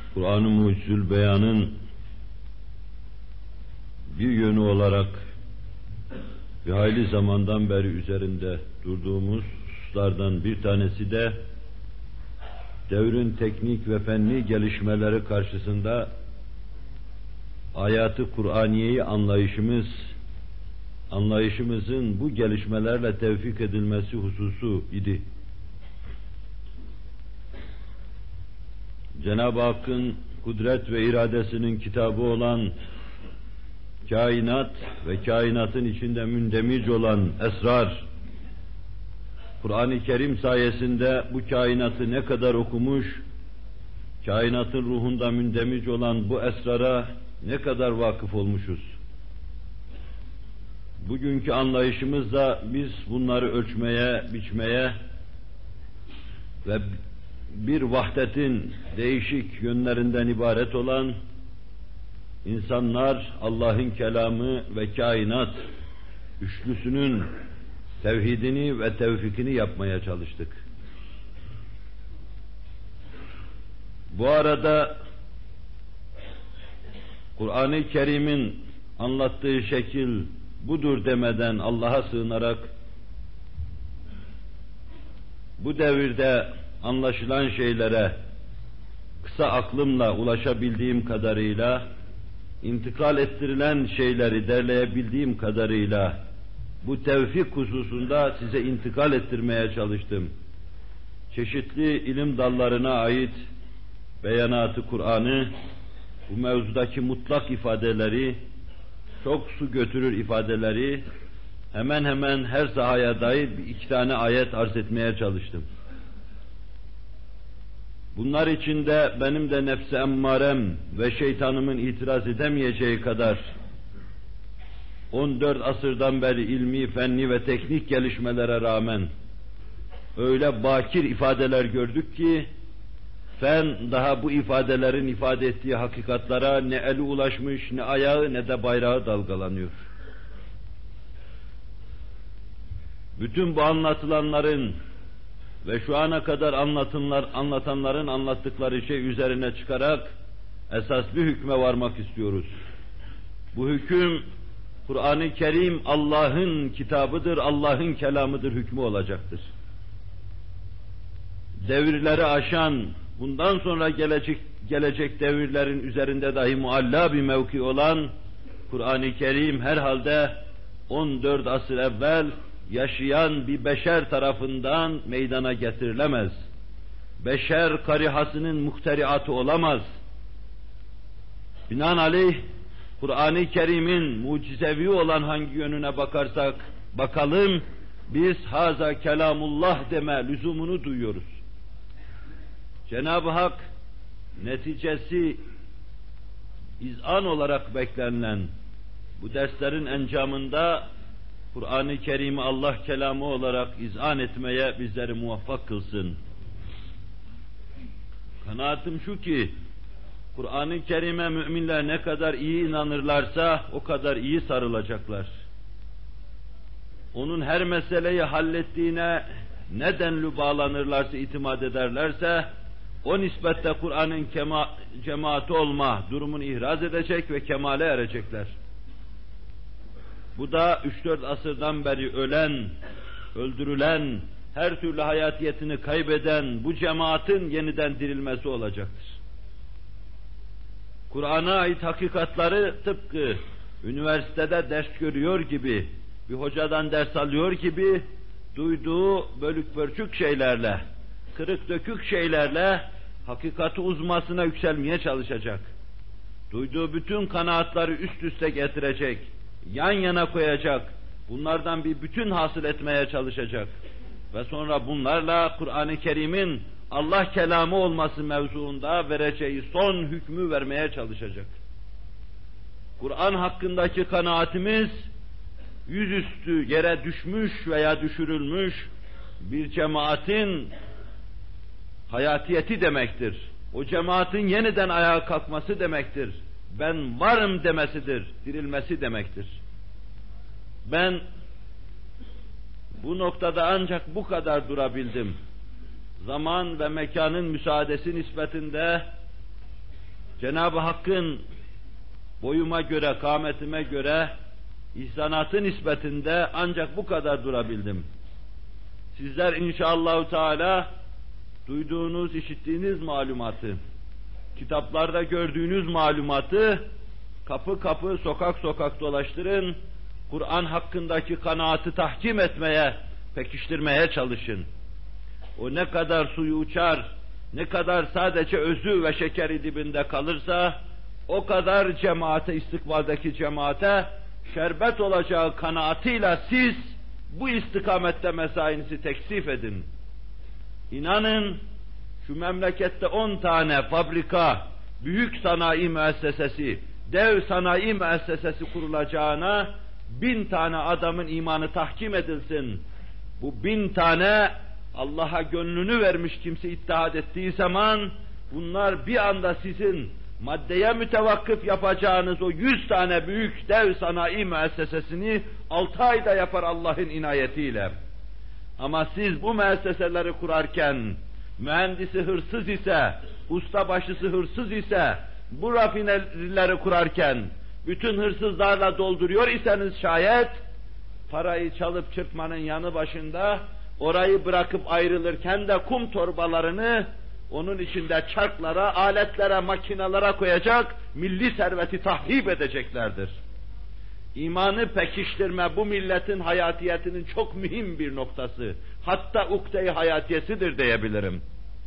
Kur'an-ı Mucizül Beyan'ın bir yönü olarak bir hayli zamandan beri üzerinde durduğumuz hususlardan bir tanesi de devrin teknik ve fenni gelişmeleri karşısında ayat-ı Kur'aniyeyi anlayışımızın bu gelişmelerle tevfik edilmesi hususu idi. Cenab-ı Hakk'ın kudret ve iradesinin kitabı olan kainat ve kainatın içinde mündemic olan esrar, Kur'an-ı Kerim sayesinde bu kainatı ne kadar okumuş, kainatın ruhunda mündemic olan bu esrara ne kadar vakıf olmuşuz. Bugünkü anlayışımızla biz bunları ölçmeye, biçmeye ve bir vahdetin değişik yönlerinden ibaret olan insanlar, Allah'ın kelamı ve kainat üçlüsünün tevhidini ve tevfikini yapmaya çalıştık. Bu arada Kur'an-ı Kerim'in anlattığı şekil budur demeden Allah'a sığınarak bu devirde anlaşılan şeylere kısa aklımla ulaşabildiğim kadarıyla, intikal ettirilen şeyleri derleyebildiğim kadarıyla bu tevfik hususunda size intikal ettirmeye çalıştım. Çeşitli ilim dallarına ait beyanatı Kur'an'ı, bu mevzudaki mutlak ifadeleri, çok su götürür ifadeleri, hemen hemen her sahaya dair iki tane ayet arz etmeye çalıştım. Bunlar içinde benim de nefs-i emmarem ve şeytanımın itiraz edemeyeceği kadar 14 asırdan beri ilmi, fenni ve teknik gelişmelere rağmen öyle bakir ifadeler gördük ki fen daha bu ifadelerin ifade ettiği hakikatlara ne eli ulaşmış, ne ayağı ne de bayrağı dalgalanıyor. Bütün bu anlatılanların ve şu ana kadar anlatanların anlattıkları şey üzerine çıkarak esas bir hükme varmak istiyoruz. Bu hüküm Kur'an-ı Kerim Allah'ın kitabıdır, Allah'ın kelamıdır hükmü olacaktır. Devirleri aşan, bundan sonra gelecek devirlerin üzerinde dahi mualla bir mevki olan Kur'an-ı Kerim herhalde 14 asır evvel yaşayan bir beşer tarafından meydana getirilemez. Beşer karihasının muhteriatı olamaz. Binaenaleyh Kur'an-ı Kerim'in mucizevi olan hangi yönüne bakarsak bakalım, biz haza kelamullah deme lüzumunu duyuyoruz. Cenab-ı Hak neticesi izan olarak beklenilen bu derslerin encamında Kur'an-ı Kerim'i Allah kelamı olarak izan etmeye bizleri muvaffak kılsın. Kanaatim şu ki, Kur'an-ı Kerim'e müminler ne kadar iyi inanırlarsa o kadar iyi sarılacaklar. Onun her meseleyi hallettiğine ne denli bağlanırlarsa, itimat ederlerse, o nisbette Kur'an'ın cemaati olma durumunu ihraz edecek ve kemale erecekler. Bu da 3-4 asırdan beri ölen, öldürülen, her türlü hayatiyetini kaybeden bu cemaatin yeniden dirilmesi olacaktır. Kur'an'a ait hakikatları tıpkı üniversitede ders görüyor gibi, bir hocadan ders alıyor gibi, duyduğu bölük pörçük şeylerle, kırık dökük şeylerle hakikati uzmasına yükselmeye çalışacak. Duyduğu bütün kanaatları üst üste getirecek, yan yana koyacak, bunlardan bir bütün hasıl etmeye çalışacak. Ve sonra bunlarla Kur'an-ı Kerim'in Allah kelamı olması mevzuunda vereceği son hükmü vermeye çalışacak. Kur'an hakkındaki kanaatimiz, yüzüstü yere düşmüş veya düşürülmüş bir cemaatin hayatiyeti demektir. O cemaatin yeniden ayağa kalkması demektir. Ben varım demesidir, dirilmesi demektir. Ben bu noktada ancak bu kadar durabildim. Zaman ve mekanın müsaadesi nispetinde Cenab-ı Hakk'ın boyuma göre, kâmetime göre ihsanatı nispetinde ancak bu kadar durabildim. Sizler inşallahü teâlâ duyduğunuz, işittiğiniz malumatı, kitaplarda gördüğünüz malumatı kapı kapı, sokak sokak dolaştırın, Kur'an hakkındaki kanaatı tahkim etmeye, pekiştirmeye çalışın. O ne kadar suyu uçar, ne kadar sadece özü ve şekeri dibinde kalırsa, o kadar cemaate, istikbaldeki cemaate şerbet olacağı kanaatıyla siz bu istikamette mesainizi teksif edin. İnanın, şu memlekette 10 tane fabrika, büyük sanayi müessesesi, dev sanayi müessesesi kurulacağına 1000 tane adamın imanı tahkim edilsin. Bu 1000 tane Allah'a gönlünü vermiş kimse ittihad ettiği zaman, bunlar bir anda sizin maddeye mütevakkıf yapacağınız o 100 tane büyük dev sanayi müessesesini 6 ayda yapar Allah'ın inayetiyle. Ama siz bu müesseseleri kurarken, mühendisi hırsız ise, ustabaşısı hırsız ise, bu rafinerileri kurarken, bütün hırsızlarla dolduruyor iseniz şayet, parayı çalıp çırpmanın yanı başında, orayı bırakıp ayrılırken de kum torbalarını, onun içinde çarklara, aletlere, makinalara koyacak, milli serveti tahrip edeceklerdir. İmanı pekiştirme bu milletin hayatiyetinin çok mühim bir noktası. Hatta ukde-i hayatiyesidir diyebilirim.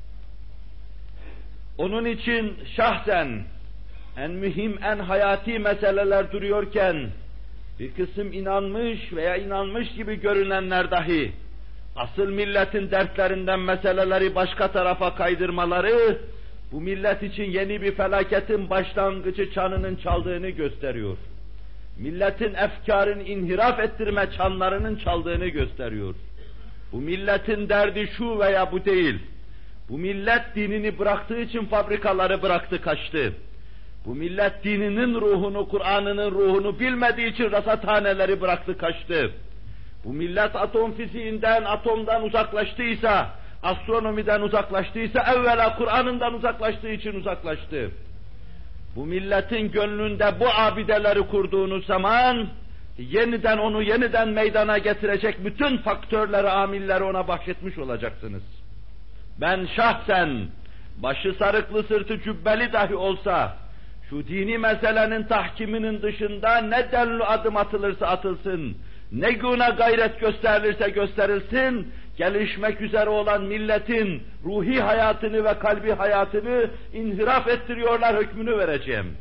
Onun için şahsen en mühim, en hayati meseleler duruyorken, bir kısım inanmış veya inanmış gibi görünenler dahi, asıl milletin dertlerinden meseleleri başka tarafa kaydırmaları, bu millet için yeni bir felaketin başlangıcı çanının çaldığını gösteriyor. Milletin efkarını inhiraf ettirme çanlarının çaldığını gösteriyor. Bu milletin derdi şu veya bu değil. Bu millet dinini bıraktığı için fabrikaları bıraktı, kaçtı. Bu millet dininin ruhunu, Kur'an'ının ruhunu bilmediği için rasathaneleri bıraktı, kaçtı. Bu millet atom fiziğinden, atomdan uzaklaştıysa, astronomiden uzaklaştıysa, evvela Kur'an'ından uzaklaştığı için uzaklaştı. Bu milletin gönlünde bu abideleri kurduğunuz zaman, yeniden onu yeniden meydana getirecek bütün faktörleri, amilleri ona bahşetmiş olacaksınız. Ben şahsen, başı sarıklı sırtı cübbeli dahi olsa, şu dini meselenin tahkiminin dışında ne denli adım atılırsa atılsın, ne güne gayret gösterilirse gösterilsin, gelişmek üzere olan milletin ruhi hayatını ve kalbi hayatını inhiraf ettiriyorlar hükmünü vereceğim.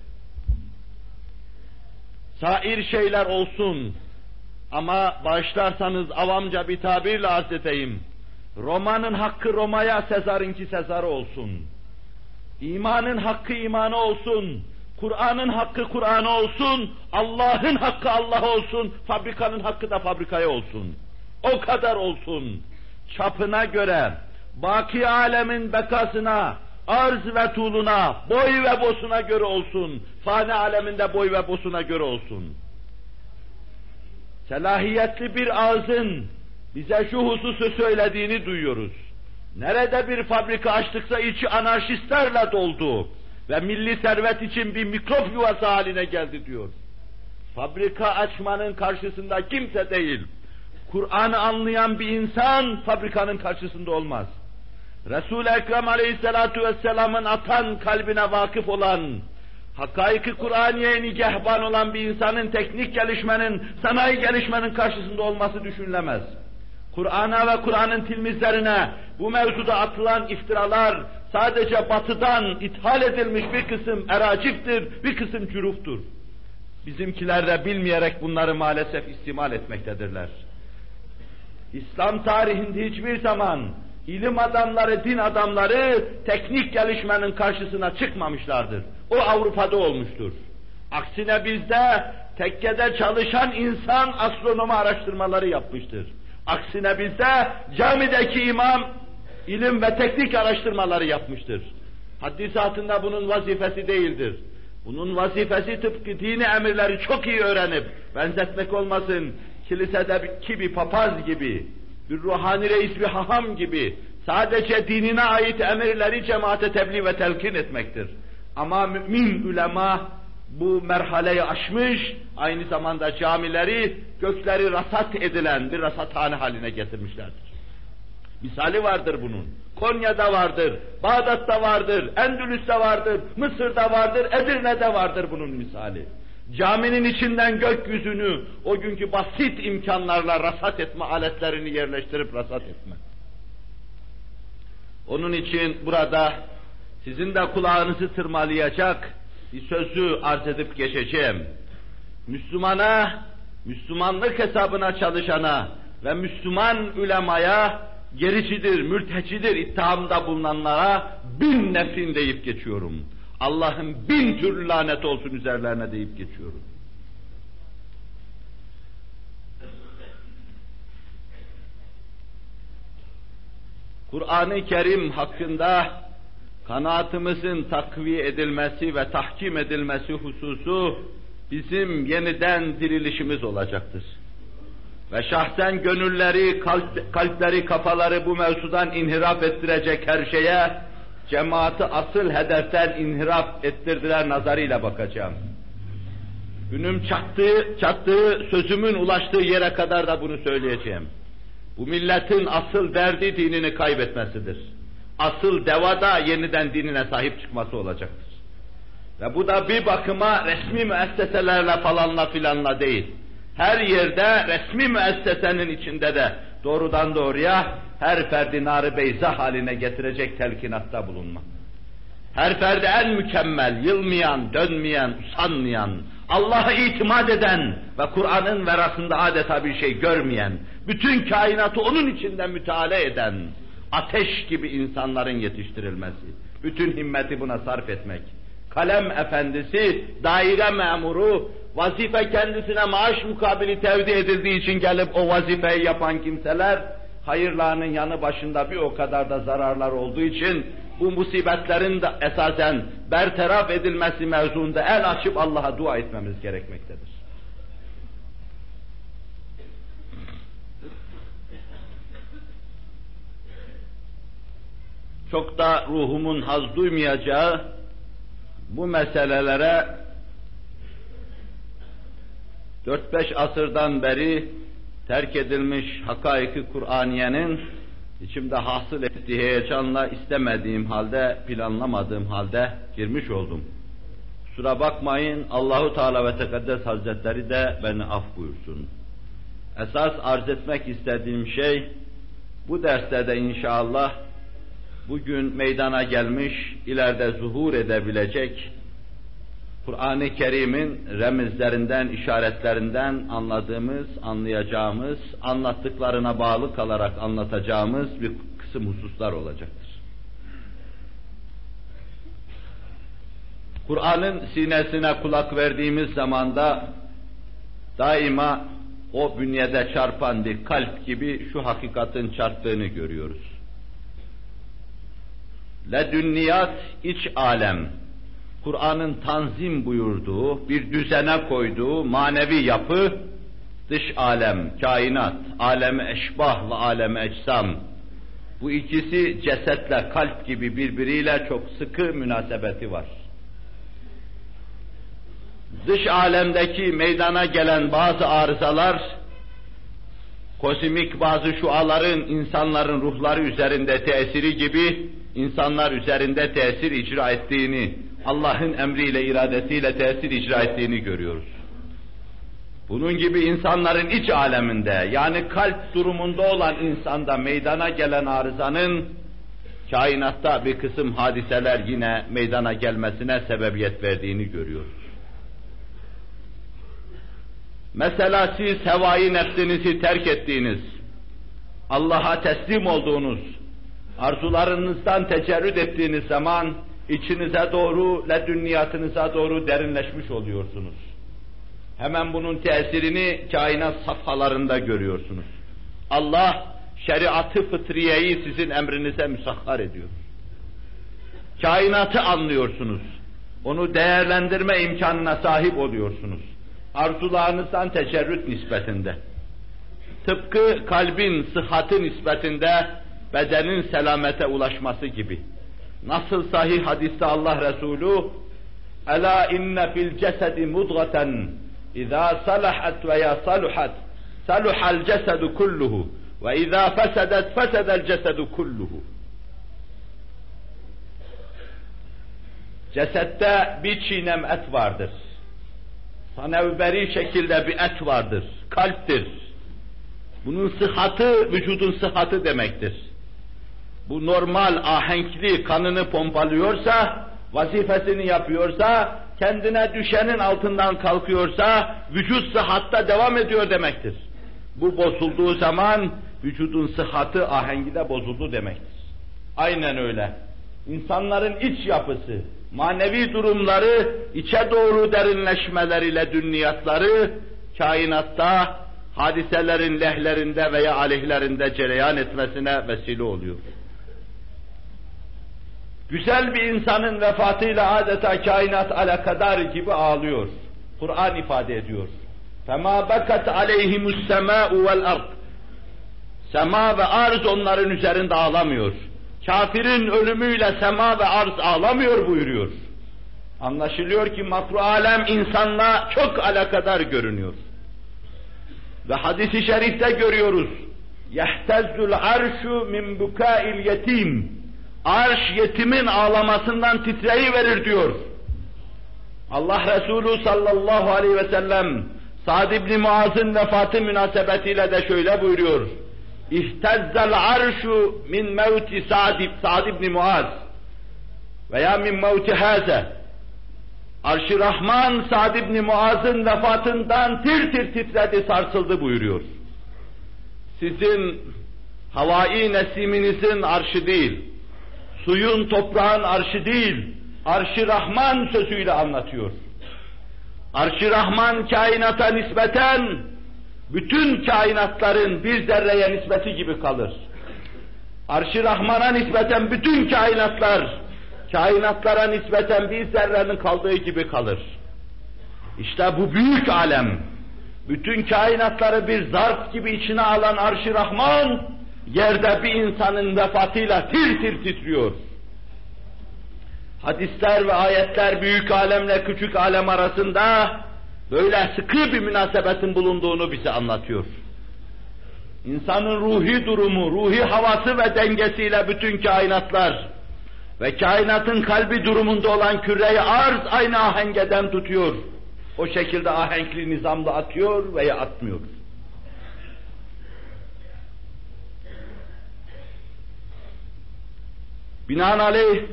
Sair şeyler olsun ama bağışlarsanız avamca bir tabirle arz edeyim. Roma'nın hakkı Roma'ya, Sezar'ınki Sezar'a olsun. İmanın hakkı imana olsun. Kur'an'ın hakkı Kur'an'a olsun, Allah'ın hakkı Allah'a olsun, fabrikanın hakkı da fabrikaya olsun. O kadar olsun. Çapına göre, baki alemin bekasına, arz ve tuğluna, boy ve bosuna göre olsun. Fani aleminde boy ve bosuna göre olsun. Selahiyetli bir ağzın bize şu hususu söylediğini duyuyoruz. Nerede bir fabrika açtıksa içi anarşistlerle doldu ve milli servet için bir mikrop yuvası haline geldi diyor. Fabrika açmanın karşısında kimse değil. Kur'an'ı anlayan bir insan fabrikanın karşısında olmaz. Resul-i Ekrem Aleyhisselatu Vesselam'ın atan kalbine vakıf olan, hakaiki Kur'aniye nigahban olan bir insanın teknik gelişmenin, sanayi gelişmenin karşısında olması düşünülemez. Kur'an'a ve Kur'an'ın tilmizlerine bu mevzuda atılan iftiralar sadece batıdan ithal edilmiş bir kısım eraciftir, bir kısım cüruftur. Bizimkiler de bilmeyerek bunları maalesef istimal etmektedirler. İslam tarihinde hiçbir zaman ilim adamları, din adamları teknik gelişmenin karşısına çıkmamışlardır. O Avrupa'da olmuştur. Aksine bizde tekkede çalışan insan astronomi araştırmaları yapmıştır. Aksine bizde camideki imam ilim ve teknik araştırmaları yapmıştır. Haddisatında bunun vazifesi değildir. Bunun vazifesi tıpkı dini emirleri çok iyi öğrenip, benzetmek olmasın, kilisedeki bir papaz gibi, bir ruhani reis, bir haham gibi, sadece dinine ait emirleri cemaate tebliğ ve telkin etmektir. Ama mümin ulema bu merhaleyi aşmış, aynı zamanda camileri, gökleri rasat edilen bir rasathane haline getirmişlerdir. Misali vardır bunun. Konya'da vardır, Bağdat'ta vardır, Endülüs'te vardır, Mısır'da vardır, Edirne'de vardır bunun misali. Caminin içinden gökyüzünü, o günkü basit imkanlarla rasat etme aletlerini yerleştirip rasat etme. Onun için burada sizin de kulağınızı tırmalayacak bir sözü arz edip geçeceğim. Müslümana, Müslümanlık hesabına çalışana ve Müslüman ulemaya gericidir, mürtecidir ittihamda bulunanlara 1000 nefrin deyip geçiyorum. Allah'ın 1000 türlü lanet olsun üzerlerine deyip geçiyorum. Kur'an-ı Kerim hakkında kanaatimizin takviye edilmesi ve tahkim edilmesi hususu bizim yeniden dirilişimiz olacaktır. Ve şahsen gönülleri, kalpleri, kafaları bu mevzudan inhiraf ettirecek her şeye, cemaati asıl hedeften inhiraf ettirdiler nazarıyla bakacağım. Günüm çattığı, sözümün ulaştığı yere kadar da bunu söyleyeceğim. Bu milletin asıl derdi dinini kaybetmesidir. Asıl deva da yeniden dinine sahip çıkması olacaktır. Ve bu da bir bakıma resmi müesseselerle falanla filanla değil. Her yerde resmi müessesenin içinde de doğrudan doğruya her ferdi nar-ı beyza haline getirecek telkinatta bulunmak. Her ferdi en mükemmel, yılmayan, dönmeyen, usanmayan, Allah'a itimat eden ve Kur'an'ın verasında adeta bir şey görmeyen, bütün kainatı onun içinde müteala eden, ateş gibi insanların yetiştirilmesi, bütün himmeti buna sarf etmek. Kalem efendisi, daire memuru, vazife kendisine maaş mukabili tevdi edildiği için gelip o vazifeyi yapan kimseler, hayırlarının yanı başında bir o kadar da zararlar olduğu için, bu musibetlerin de esasen bertaraf edilmesi mevzuunda el açıp Allah'a dua etmemiz gerekmektedir. Çok da ruhumun haz duymayacağı bu meselelere 4-5 asırdan beri terk edilmiş hakaiki Kur'aniyenin içimde hasıl ettiği heyecanla istemediğim halde, planlamadığım halde girmiş oldum. Kusura bakmayın, Allahu Teala ve Tekaddes Hazretleri de beni af buyursun. Esas arz etmek istediğim şey, bu derste de inşallah bugün meydana gelmiş, ileride zuhur edebilecek, Kur'an-ı Kerim'in remizlerinden, işaretlerinden anladığımız, anlayacağımız, anlattıklarına bağlı kalarak anlatacağımız bir kısım hususlar olacaktır. Kur'an'ın sinesine kulak verdiğimiz zamanda daima o bünyede çarpan bir kalp gibi şu hakikatin çarptığını görüyoruz. Ledünniyat, iç alem, Kur'an'ın tanzim buyurduğu, bir düzene koyduğu manevi yapı, dış alem, kainat, alem-i eşbah ve alem-i ecsam, bu ikisi cesetle kalp gibi birbiriyle çok sıkı münasebeti var. Dış alemdeki meydana gelen bazı arızalar, kozmik bazı şuaların insanların ruhları üzerinde tesiri gibi, insanlar üzerinde tesir icra ettiğini, Allah'ın emriyle, iradesiyle tesir icra ettiğini görüyoruz. Bunun gibi insanların iç aleminde, yani kalp durumunda olan insanda meydana gelen arızanın, kainatta bir kısım hadiseler yine meydana gelmesine sebebiyet verdiğini görüyoruz. Mesela siz hevai nefsinizi terk ettiğiniz, Allah'a teslim olduğunuz, arzularınızdan tecerrüt ettiğiniz zaman, içinize doğru, ledünniyatınıza doğru derinleşmiş oluyorsunuz. Hemen bunun tesirini kainat safhalarında görüyorsunuz. Allah, şeriatı fıtriyeyi sizin emrinize müsahhar ediyor. Kainatı anlıyorsunuz. Onu değerlendirme imkanına sahip oluyorsunuz. Arzularınızdan tecerrüt nispetinde. Tıpkı kalbin sıhhati nispetinde bedenin selamete ulaşması gibi. Nasıl sahih hadiste Allah Resulü "Ela inne fil cesedi mudgaten izâ salahat veya saluhat saluhal cesedu kulluhu ve izâ fesedet fesedel cesedu kulluhu." Cesette bir çiğnem et vardır. Sanevberi şekilde bir et vardır. Kalptir. Bunun sıhhatı, vücudun sıhhatı demektir. Bu normal, ahenkli kanını pompalıyorsa, vazifesini yapıyorsa, kendine düşenin altından kalkıyorsa, vücut sıhhatta devam ediyor demektir. Bu bozulduğu zaman, vücudun sıhhatı, ahengi de bozuldu demektir. Aynen öyle. İnsanların iç yapısı, manevi durumları, içe doğru derinleşmeleriyle dünniyatları, kainatta, hadiselerin lehlerinde veya aleyhlerinde cereyan etmesine vesile oluyor. Güzel bir insanın vefatıyla adeta kainat alakadar gibi ağlıyor. Kur'an ifade ediyor. فَمَا بَكَتْ عَلَيْهِمُ السَّمَاءُ وَالْأَرْضِ Sema ve arz onların üzerinde ağlamıyor. Kafirin ölümüyle sema ve arz ağlamıyor buyuruyor. Anlaşılıyor ki makru alem insanla çok alakadar görünüyor. Ve hadis-i şerifte görüyoruz. يَحْتَزُّ الْعَرْشُ مِنْ بُكَاءِ الْيَتِيمِ Arş yetimin ağlamasından titreyiverir diyor. Allah Resulü sallallahu aleyhi ve sellem Sa'd ibn Muaz'ın vefatı münasebetiyle de şöyle buyuruyor. İhtezzel arşu min mevti Sa'd ibn Muaz veya min mevti haze. Arş-ı Rahman Sa'd ibn Muaz'ın vefatından tir tir titredi, sarsıldı buyuruyor. Sizin havai nesiminizin arşı değil, suyun toprağın arşı değil, Arş-ı Rahman sözüyle anlatıyor. Arş-ı Rahman kainata nispeten bütün kainatların bir zerreye nispeti gibi kalır. Arş-ı Rahman'a nispeten bütün kainatlara nispeten bir zerrenin kaldığı gibi kalır. İşte bu büyük alem, bütün kainatları bir zarf gibi içine alan Arş-ı Rahman, yerde bir insanın vefatıyla tir tir titriyor. Hadisler ve ayetler büyük alemle küçük alem arasında böyle sıkı bir münasebetin bulunduğunu bize anlatıyor. İnsanın ruhi durumu, ruhi havası ve dengesiyle bütün kainatlar ve kainatın kalbi durumunda olan küre-i arz aynı ahengeden tutuyor. O şekilde ahenkli nizamda atıyor veya atmıyor. Binaenaleyh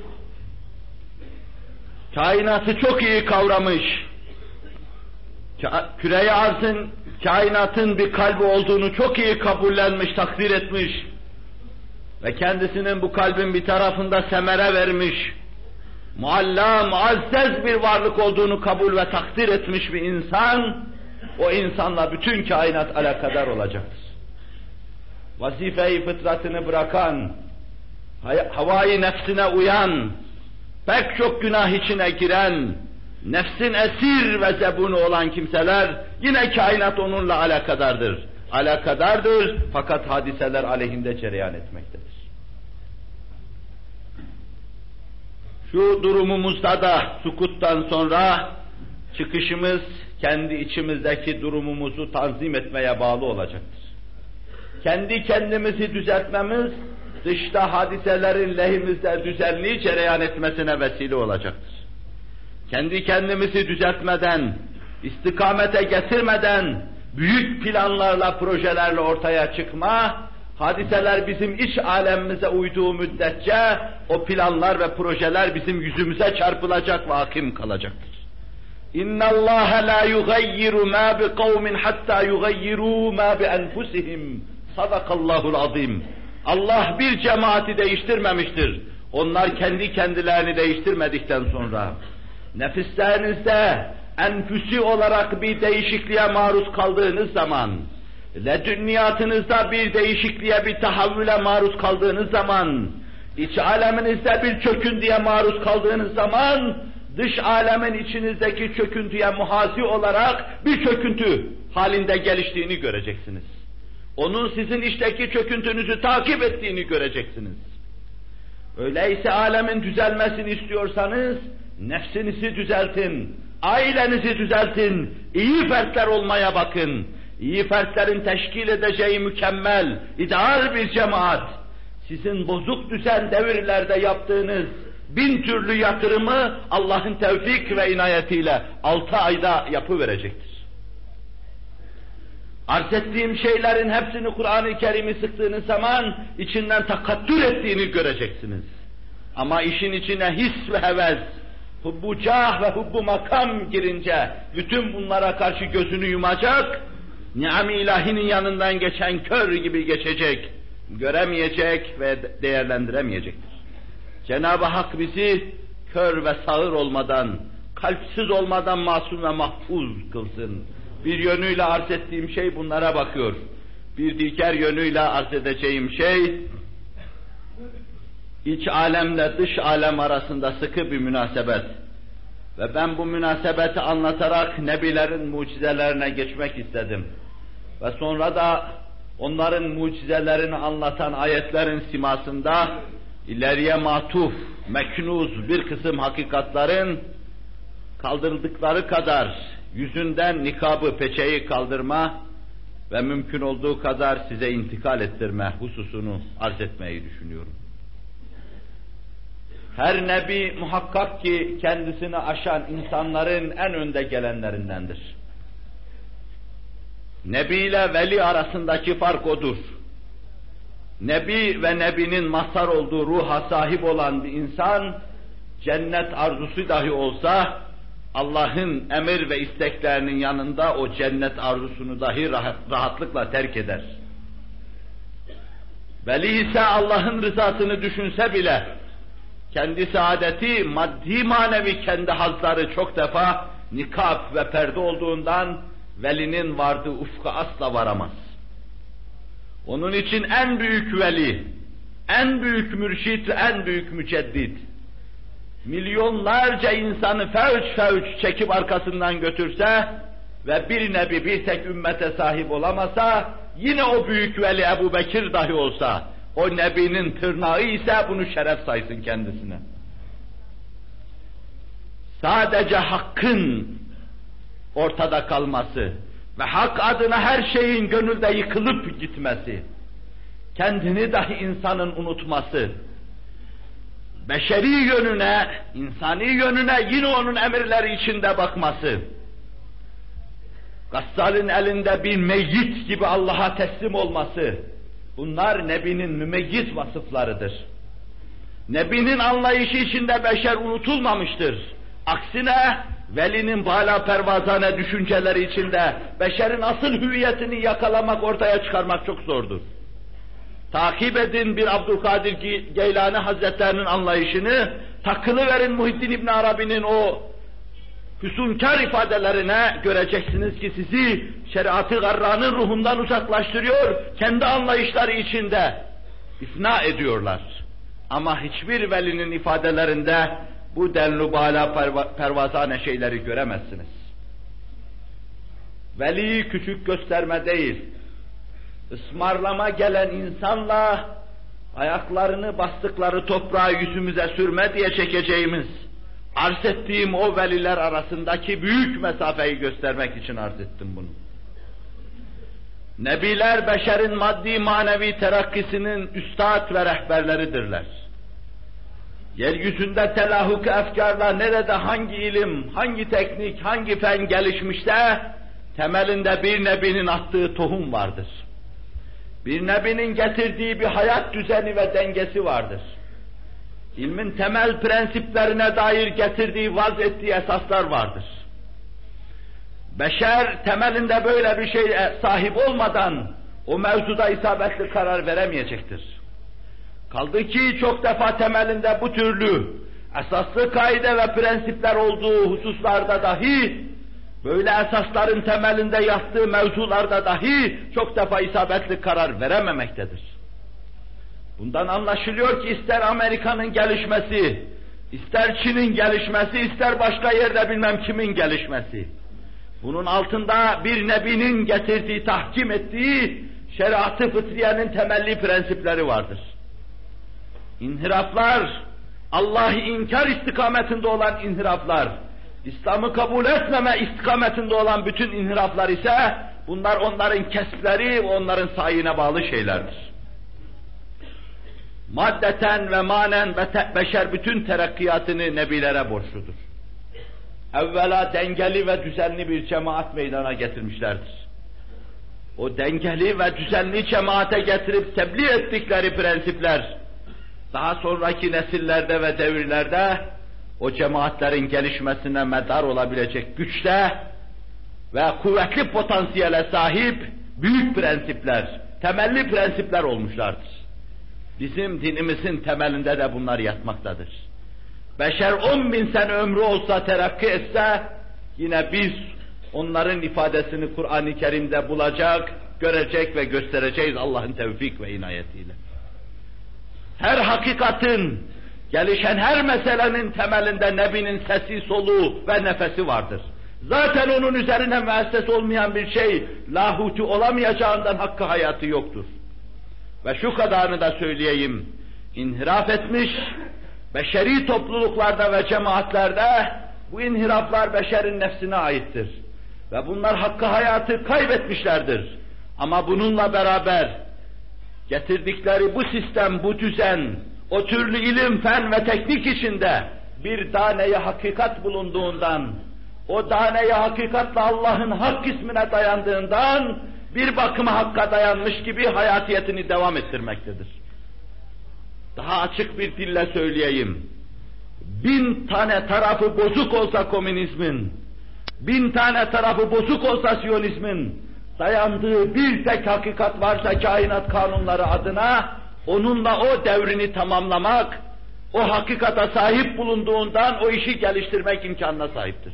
kainatı çok iyi kavramış, küre-i arzın, kainatın bir kalbi olduğunu çok iyi kabullenmiş, takdir etmiş ve kendisinin bu kalbin bir tarafında semere vermiş, mualla, muazzez bir varlık olduğunu kabul ve takdir etmiş bir insan, o insanla bütün kainat alakadar olacaktır. Vazife-i fıtratını bırakan, havai nefsine uyan, pek çok günah içine giren, nefsin esir ve zebunu olan kimseler, yine kainat onunla alakadardır. Alakadardır fakat hadiseler aleyhinde cereyan etmektedir. Şu durumumuzda da sukuttan sonra çıkışımız kendi içimizdeki durumumuzu tanzim etmeye bağlı olacaktır. Kendi kendimizi düzeltmemiz, dışta hadiselerin lehimizde düzenli cereyan etmesine vesile olacaktır. Kendi kendimizi düzeltmeden, istikamete getirmeden, büyük planlarla, projelerle ortaya çıkma, hadiseler bizim iç alemimize uyduğu müddetçe, o planlar ve projeler bizim yüzümüze çarpılacak ve hakim kalacaktır. İnna Allah la yugayyiru ma bi kavmin hatta yugayyiru ma bi enfusihim. Sadakallahul azim. Allah bir cemaati değiştirmemiştir. Onlar kendi kendilerini değiştirmedikten sonra nefislerinizde enfüsi olarak bir değişikliğe maruz kaldığınız zaman, ledünniyatınızda bir değişikliğe, bir tahavvüle maruz kaldığınız zaman, iç aleminizde bir çöküntüye maruz kaldığınız zaman, dış alemin içinizdeki çöküntüye muhazi olarak bir çöküntü halinde geliştiğini göreceksiniz. Onun sizin içteki çöküntünüzü takip ettiğini göreceksiniz. Öyleyse alemin düzelmesini istiyorsanız, nefsinizi düzeltin, ailenizi düzeltin, iyi fertler olmaya bakın. İyi fertlerin teşkil edeceği mükemmel, ideal bir cemaat, sizin bozuk düzen devirlerde yaptığınız 1000 türlü yatırımı Allah'ın tevfik ve inayetiyle 6 ayda yapıverecektir. Arz ettiğim şeylerin hepsini Kur'an-ı Kerim'i sıktığınız zaman içinden takattür ettiğini göreceksiniz. Ama işin içine his ve heves, hubbu cah ve hubbu makam girince bütün bunlara karşı gözünü yumacak, ni'am-ı ilahinin yanından geçen kör gibi geçecek, göremeyecek ve değerlendiremeyecektir. Cenab-ı Hak bizi kör ve sağır olmadan, kalpsiz olmadan masum ve mahfuz kılsın. Bir yönüyle arz ettiğim şey bunlara bakıyor. Bir diğer yönüyle arz edeceğim şey, iç alemle dış alem arasında sıkı bir münasebet. Ve ben bu münasebeti anlatarak Nebilerin mucizelerine geçmek istedim. Ve sonra da onların mucizelerini anlatan ayetlerin simasında ileriye matuf, meknuz bir kısım hakikatların kaldırıldıkları kadar yüzünden nikabı, peçeyi kaldırma ve mümkün olduğu kadar size intikal ettirme hususunu arz etmeyi düşünüyorum. Her nebi muhakkak ki kendisini aşan insanların en önde gelenlerindendir. Nebi ile veli arasındaki fark odur. Nebi ve nebinin mazhar olduğu ruha sahip olan bir insan, cennet arzusu dahi olsa, Allah'ın emir ve isteklerinin yanında o cennet arzusunu dahi rahatlıkla terk eder. Veli ise Allah'ın rızasını düşünse bile, kendi saadeti, maddi manevi kendi hazları çok defa nikab ve perde olduğundan, velinin vardığı ufka asla varamaz. Onun için en büyük veli, en büyük mürşit, en büyük müceddit, milyonlarca insanı fevç fevç çekip arkasından götürse ve bir nebi bir tek ümmete sahip olamasa, yine o büyük veli Ebu Bekir dahi olsa, o nebinin tırnağı ise bunu şeref saysın kendisine. Sadece hakkın ortada kalması ve hak adına her şeyin gönülde yıkılıp gitmesi, kendini dahi insanın unutması, beşeri yönüne, insani yönüne yine onun emirleri içinde bakması, gassalın elinde bir meyyit gibi Allah'a teslim olması, bunlar Nebi'nin mümeyyit vasıflarıdır. Nebi'nin anlayışı içinde beşer unutulmamıştır. Aksine velinin bâlâ pervazane düşünceleri içinde beşerin asıl hüviyetini yakalamak, ortaya çıkarmak çok zordur. Takip edin bir Abdülkadir Geylani Hazretlerinin anlayışını, takılıverin Muhittin İbn Arabi'nin o füsunkar ifadelerine, göreceksiniz ki sizi şeriat-ı garranın ruhundan uzaklaştırıyor, kendi anlayışları içinde ifna ediyorlar. Ama hiçbir velinin ifadelerinde bu denli bâlâ pervazane şeyleri göremezsiniz. Veliyi küçük gösterme değil, ısmarlama gelen insanla ayaklarını bastıkları toprağı yüzümüze sürme diye çekeceğimiz, arz ettiğim o veliler arasındaki büyük mesafeyi göstermek için arz ettim bunu. Nebiler beşerin maddi manevi terakkisinin üstad ve rehberleridirler. Yeryüzünde telahuk efkarla nerede hangi ilim, hangi teknik, hangi fen gelişmişse temelinde bir nebinin attığı tohum vardır. Bir nebinin getirdiği bir hayat düzeni ve dengesi vardır. İlmin temel prensiplerine dair getirdiği, vaz ettiği esaslar vardır. Beşer temelinde böyle bir şeye sahip olmadan o mevzuda isabetli karar veremeyecektir. Kaldı ki çok defa temelinde bu türlü esaslı kaide ve prensipler olduğu hususlarda dahi, böyle esasların temelinde yattığı mevzularda dahi çok defa isabetli karar verememektedir. Bundan anlaşılıyor ki ister Amerika'nın gelişmesi, ister Çin'in gelişmesi, ister başka yerde bilmem kimin gelişmesi, bunun altında bir nebinin getirdiği, tahkim ettiği şeriat-ı fıtriyenin temelli prensipleri vardır. İnhiraflar, Allah'ı inkar istikametinde olan inhiraflar, İslam'ı kabul etmeme istikametinde olan bütün inhiraflar ise, bunlar onların kespleri ve onların sayine bağlı şeylerdir. Maddeten ve manen beşer bütün terakkiyatını nebilere borçludur. Evvela dengeli ve düzenli bir cemaat meydana getirmişlerdir. O dengeli ve düzenli cemaate getirip tebliğ ettikleri prensipler, daha sonraki nesillerde ve devirlerde o cemaatlerin gelişmesine medar olabilecek güçte ve kuvvetli potansiyele sahip büyük prensipler, temelli prensipler olmuşlardır. Bizim dinimizin temelinde de bunlar yatmaktadır. Beşer 10.000 sene ömrü olsa, terakki etse, yine biz onların ifadesini Kur'an-ı Kerim'de bulacak, görecek ve göstereceğiz Allah'ın tevfik ve inayetiyle. Her hakikatin, gelişen her meselenin temelinde Nebi'nin sesi, soluğu ve nefesi vardır. Zaten onun üzerine müesses olmayan bir şey, lahuti olamayacağından hakkı hayatı yoktur. Ve şu kadarını da söyleyeyim, inhiraf etmiş, beşeri topluluklarda ve cemaatlerde bu inhiraflar beşerin nefsine aittir. Ve bunlar hakkı hayatı kaybetmişlerdir. Ama bununla beraber getirdikleri bu sistem, bu düzen, o türlü ilim, fen ve teknik içinde bir daneye hakikat bulunduğundan, o daneye hakikatla Allah'ın hak ismine dayandığından, bir bakıma hakka dayanmış gibi hayatiyetini devam ettirmektedir. Daha açık bir dille söyleyeyim. 1000 tane tarafı bozuk olsa komünizmin, 1000 tane tarafı bozuk olsa Siyonizmin, dayandığı bir tek hakikat varsa kainat kanunları adına, onunla o devrini tamamlamak, o hakikata sahip bulunduğundan o işi geliştirmek imkanına sahiptir.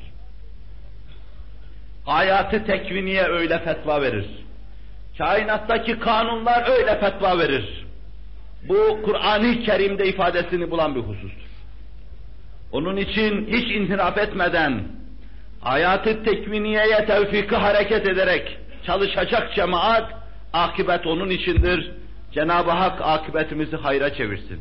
Hayatı tekviniye öyle fetva verir. Kainattaki kanunlar öyle fetva verir. Bu Kur'an-ı Kerim'de ifadesini bulan bir husustur. Onun için hiç inhiraf etmeden, hayatı tekviniyeye tevfiki hareket ederek çalışacak cemaat, akıbet onun içindir. Cenab-ı Hak akıbetimizi hayra çevirsin.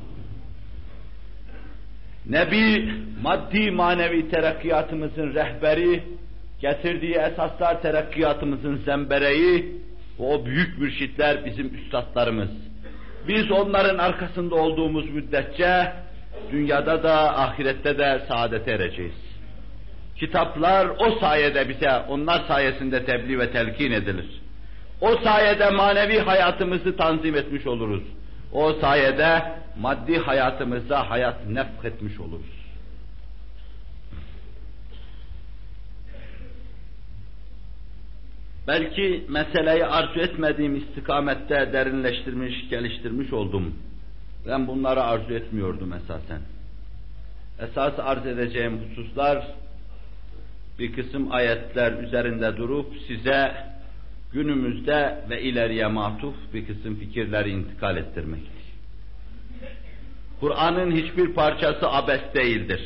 Nebi, maddi manevi terakkiyatımızın rehberi, getirdiği esaslar terakkiyatımızın zembereği ve o büyük mürşitler bizim üstadlarımız. Biz onların arkasında olduğumuz müddetçe dünyada da ahirette de saadete ereceğiz. Kitaplar o sayede bize, onlar sayesinde tebliğ ve telkin edilir. O sayede manevi hayatımızı tanzim etmiş oluruz. O sayede maddi hayatımızda hayat nefketmiş oluruz. Belki meseleyi arzu etmediğim istikamette derinleştirmiş, geliştirmiş oldum. Ben bunları arzu etmiyordum esasen. Esas arz edeceğim hususlar, bir kısım ayetler üzerinde durup size günümüzde ve ileriye matuf bir kısım fikirleri intikal ettirmektir. Kur'an'ın hiçbir parçası abes değildir.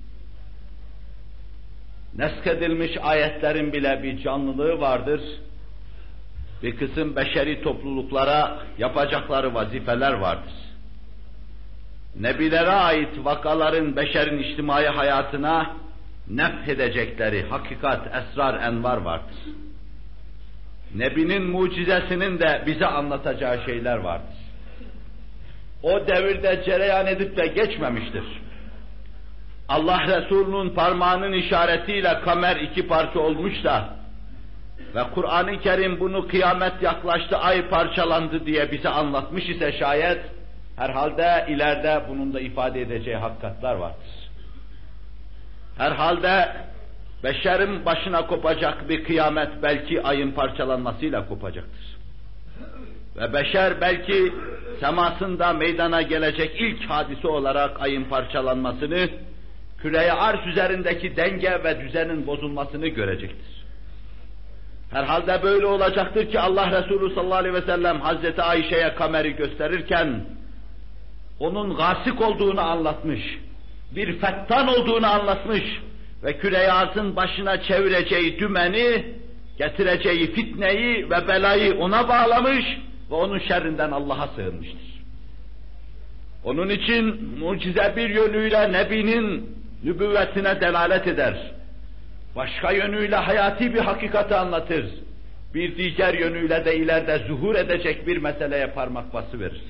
Neskedilmiş ayetlerin bile bir canlılığı vardır. Bir kısım beşeri topluluklara yapacakları vazifeler vardır. Nebilere ait vakaların beşerin içtimai hayatına nefhedecekleri hakikat, esrar, envar vardır. Nebinin mucizesinin de bize anlatacağı şeyler vardır. O devirde cereyan edip de geçmemiştir. Allah Resulü'nün parmağının işaretiyle kamer 2 parça olmuş da ve Kur'an-ı Kerim bunu kıyamet yaklaştı, ay parçalandı diye bize anlatmış ise şayet, herhalde ileride bunun da ifade edeceği hakikatler vardır. Herhalde beşerin başına kopacak bir kıyamet belki ayın parçalanmasıyla kopacaktır. Ve beşer belki semasında meydana gelecek ilk hadise olarak ayın parçalanmasını, küre-i arş üzerindeki denge ve düzenin bozulmasını görecektir. Herhalde böyle olacaktır ki Allah Resulü sallallahu aleyhi ve sellem Hazreti Ayşe'ye kameri gösterirken onun gasik olduğunu anlatmış, bir fettan olduğunu anlatmış ve küre-i arzın başına çevireceği dümeni, getireceği fitneyi ve belayı ona bağlamış ve onun şerrinden Allah'a sığınmıştır. Onun için mucize bir yönüyle Nebinin nübüvvetine delalet eder. Başka yönüyle hayati bir hakikati anlatır. Bir diğer yönüyle de ileride zuhur edecek bir meseleye parmak basıverir.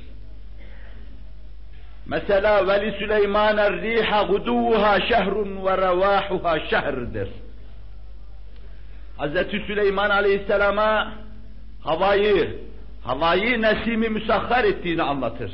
Mesela veli Süleyman'er riha guduha şehrun ve revahuha şehrdir. Hazreti Süleyman Aleyhisselam'a havayı nesimi müsahhar ettiğini anlatır.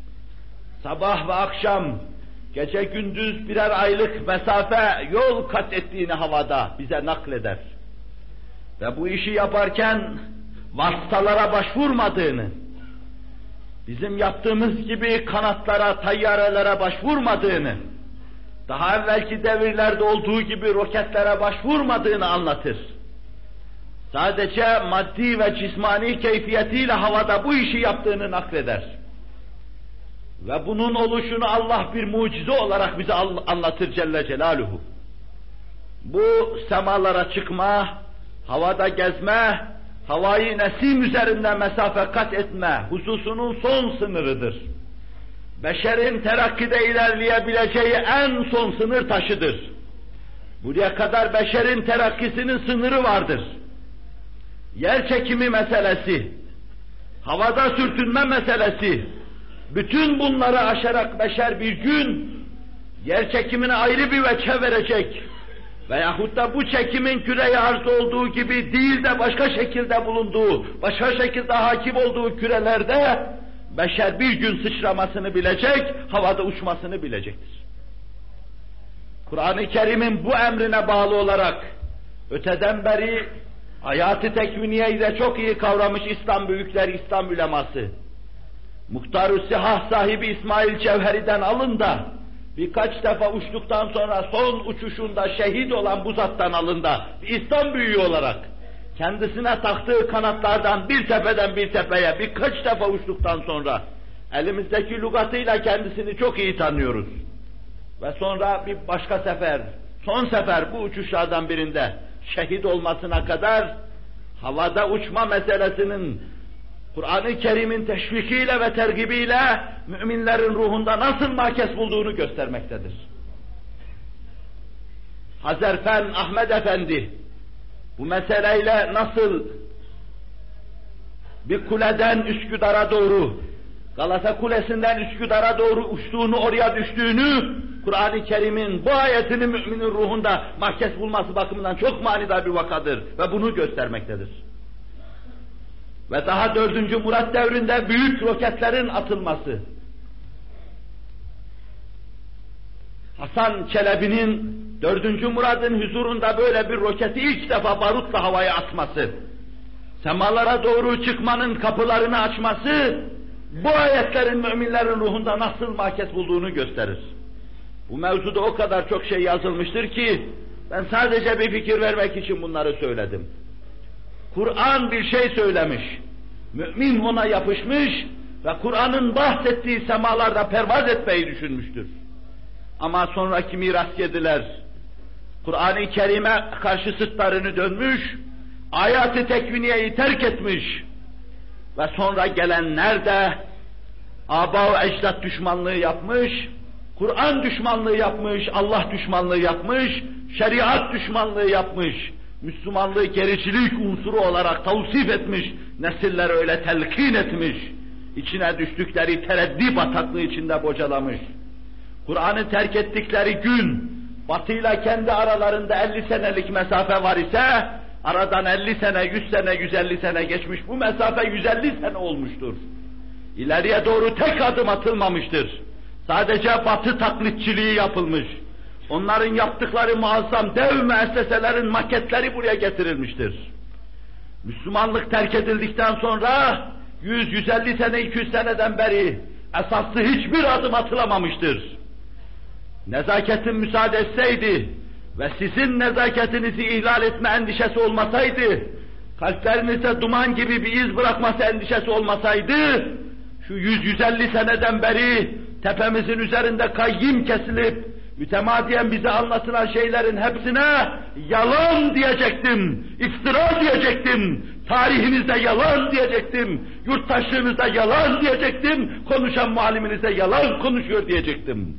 Sabah ve akşam, gece gündüz birer aylık mesafe yol kat ettiğini havada bize nakleder. Ve bu işi yaparken vasıtalara başvurmadığını, bizim yaptığımız gibi kanatlara, tayyarelere başvurmadığını, daha evvelki devirlerde olduğu gibi roketlere başvurmadığını anlatır. Sadece maddi ve cismani keyfiyetiyle havada bu işi yaptığını nakleder. Ve bunun oluşunu Allah bir mucize olarak bize anlatır Celle Celaluhu. Bu semalara çıkma, havada gezme, havayı nesim üzerinde mesafe kat etme hususunun son sınırıdır. Beşerin terakkide ilerleyebileceği en son sınır taşıdır. Buraya kadar beşerin terakkisinin sınırı vardır. Yer çekimi meselesi, havada sürtünme meselesi, bütün bunları aşarak beşer bir gün yer çekimine ayrı bir veçhe verecek veyahut da bu çekimin küre-i arz olduğu gibi değil de başka şekilde bulunduğu, başka şekilde hakim olduğu kürelerde beşer bir gün sıçramasını bilecek, havada uçmasını bilecektir. Kur'an-ı Kerim'in bu emrine bağlı olarak öteden beri hayat-ı tekviniyeyi de çok iyi kavramış İslam büyükleri, İslam uleması, Muhtar-ı Sihah sahibi İsmail Cevheri'den alın da birkaç defa uçtuktan sonra son uçuşunda şehit olan bu zattan alın da İslam büyüğü olarak kendisine taktığı kanatlardan bir tepeden bir tepeye birkaç defa uçtuktan sonra elimizdeki lügatıyla kendisini çok iyi tanıyoruz. Ve sonra bir başka sefer, son sefer bu uçuşlardan birinde şehit olmasına kadar havada uçma meselesinin Kur'an-ı Kerim'in teşvikiyle ve tergibiyle müminlerin ruhunda nasıl makes bulduğunu göstermektedir. Hazerfen Ahmed Efendi bu meseleyle nasıl bir kuleden Üsküdar'a doğru, Galata Kulesi'nden Üsküdar'a doğru uçtuğunu, oraya düştüğünü, Kur'an-ı Kerim'in bu ayetinin müminin ruhunda makes bulması bakımından çok manidar bir vakadır ve bunu göstermektedir. Ve daha 4. Murat devrinde büyük roketlerin atılması, Hasan Çelebi'nin 4. Murad'ın huzurunda böyle bir roketi ilk defa barutla havaya atması, semalara doğru çıkmanın kapılarını açması, bu ayetlerin müminlerin ruhunda nasıl makes bulduğunu gösterir. Bu mevzuda o kadar çok şey yazılmıştır ki, ben sadece bir fikir vermek için bunları söyledim. Kur'an bir şey söylemiş, mümin ona yapışmış ve Kur'an'ın bahsettiği semalarda pervaz etmeyi düşünmüştür. Ama sonraki miras yediler, Kur'an-ı Kerim'e karşı sırtlarını dönmüş, ayat-ı tekviniyeyi terk etmiş ve sonra gelenler de âbâ-u ecdad düşmanlığı yapmış, Kur'an düşmanlığı yapmış, Allah düşmanlığı yapmış, şeriat düşmanlığı yapmış, Müslümanlığı gericilik unsuru olarak tavsif etmiş, nesiller öyle telkin etmiş, içine düştükleri tereddi bataklığı içinde bocalamış. Kur'an'ı terk ettikleri gün, Batı'yla kendi aralarında 50 senelik mesafe var ise, aradan 50 sene, 100 sene, 150 sene geçmiş, bu mesafe 150 sene olmuştur. İleriye doğru tek adım atılmamıştır. Sadece Batı taklitçiliği yapılmış. Onların yaptıkları muazzam dev müesseselerin maketleri buraya getirilmiştir. Müslümanlık terk edildikten sonra 100-150 sene, 200 seneden beri esaslı hiçbir adım atılamamıştır. Nezaketin müsaade etseydi ve sizin nezaketinizi ihlal etme endişesi olmasaydı, kalplerinizde duman gibi bir iz bırakması endişesi olmasaydı, şu 100-150 seneden beri tepemizin üzerinde kayyim kesilip, mütemadiyen bize anlatılan şeylerin hepsine yalan diyecektim, iftira diyecektim, Tarihinizde yalan diyecektim, yurttaşlığınızda yalan diyecektim, konuşan mualliminize yalan konuşuyor diyecektim.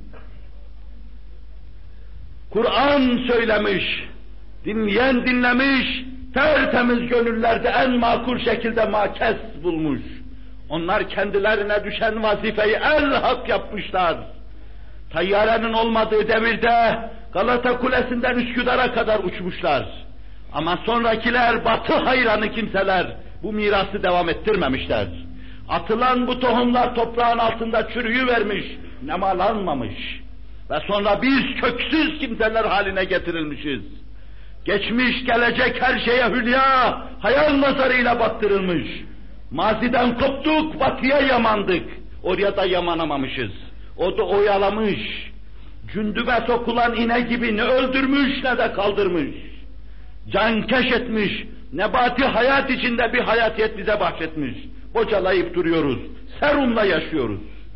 Kur'an söylemiş, dinleyen dinlemiş, tertemiz gönüllerde en makul şekilde makes bulmuş. Onlar kendilerine düşen vazifeyi elhak yapmışlar. Tayyarenin olmadığı devirde Galata Kulesi'nden Üsküdar'a kadar uçmuşlar. Ama sonrakiler Batı hayranı kimseler bu mirası devam ettirmemişler. Atılan bu tohumlar toprağın altında çürüyüvermiş, nemalanmamış. Ve sonra biz köksüz kimseler haline getirilmişiz. Geçmiş, gelecek her şeye hülya, hayal nazarıyla baktırılmış. Maziden koptuk, batıya yamandık. Oraya da yamanamamışız. O da oyalamış. Cündübe sokulan ine gibi ne öldürmüş ne de kaldırmış. Cankeş etmiş, nebati hayat içinde bir hayatiyet bize bahşetmiş. Bocalayıp duruyoruz, serumla yaşıyoruz.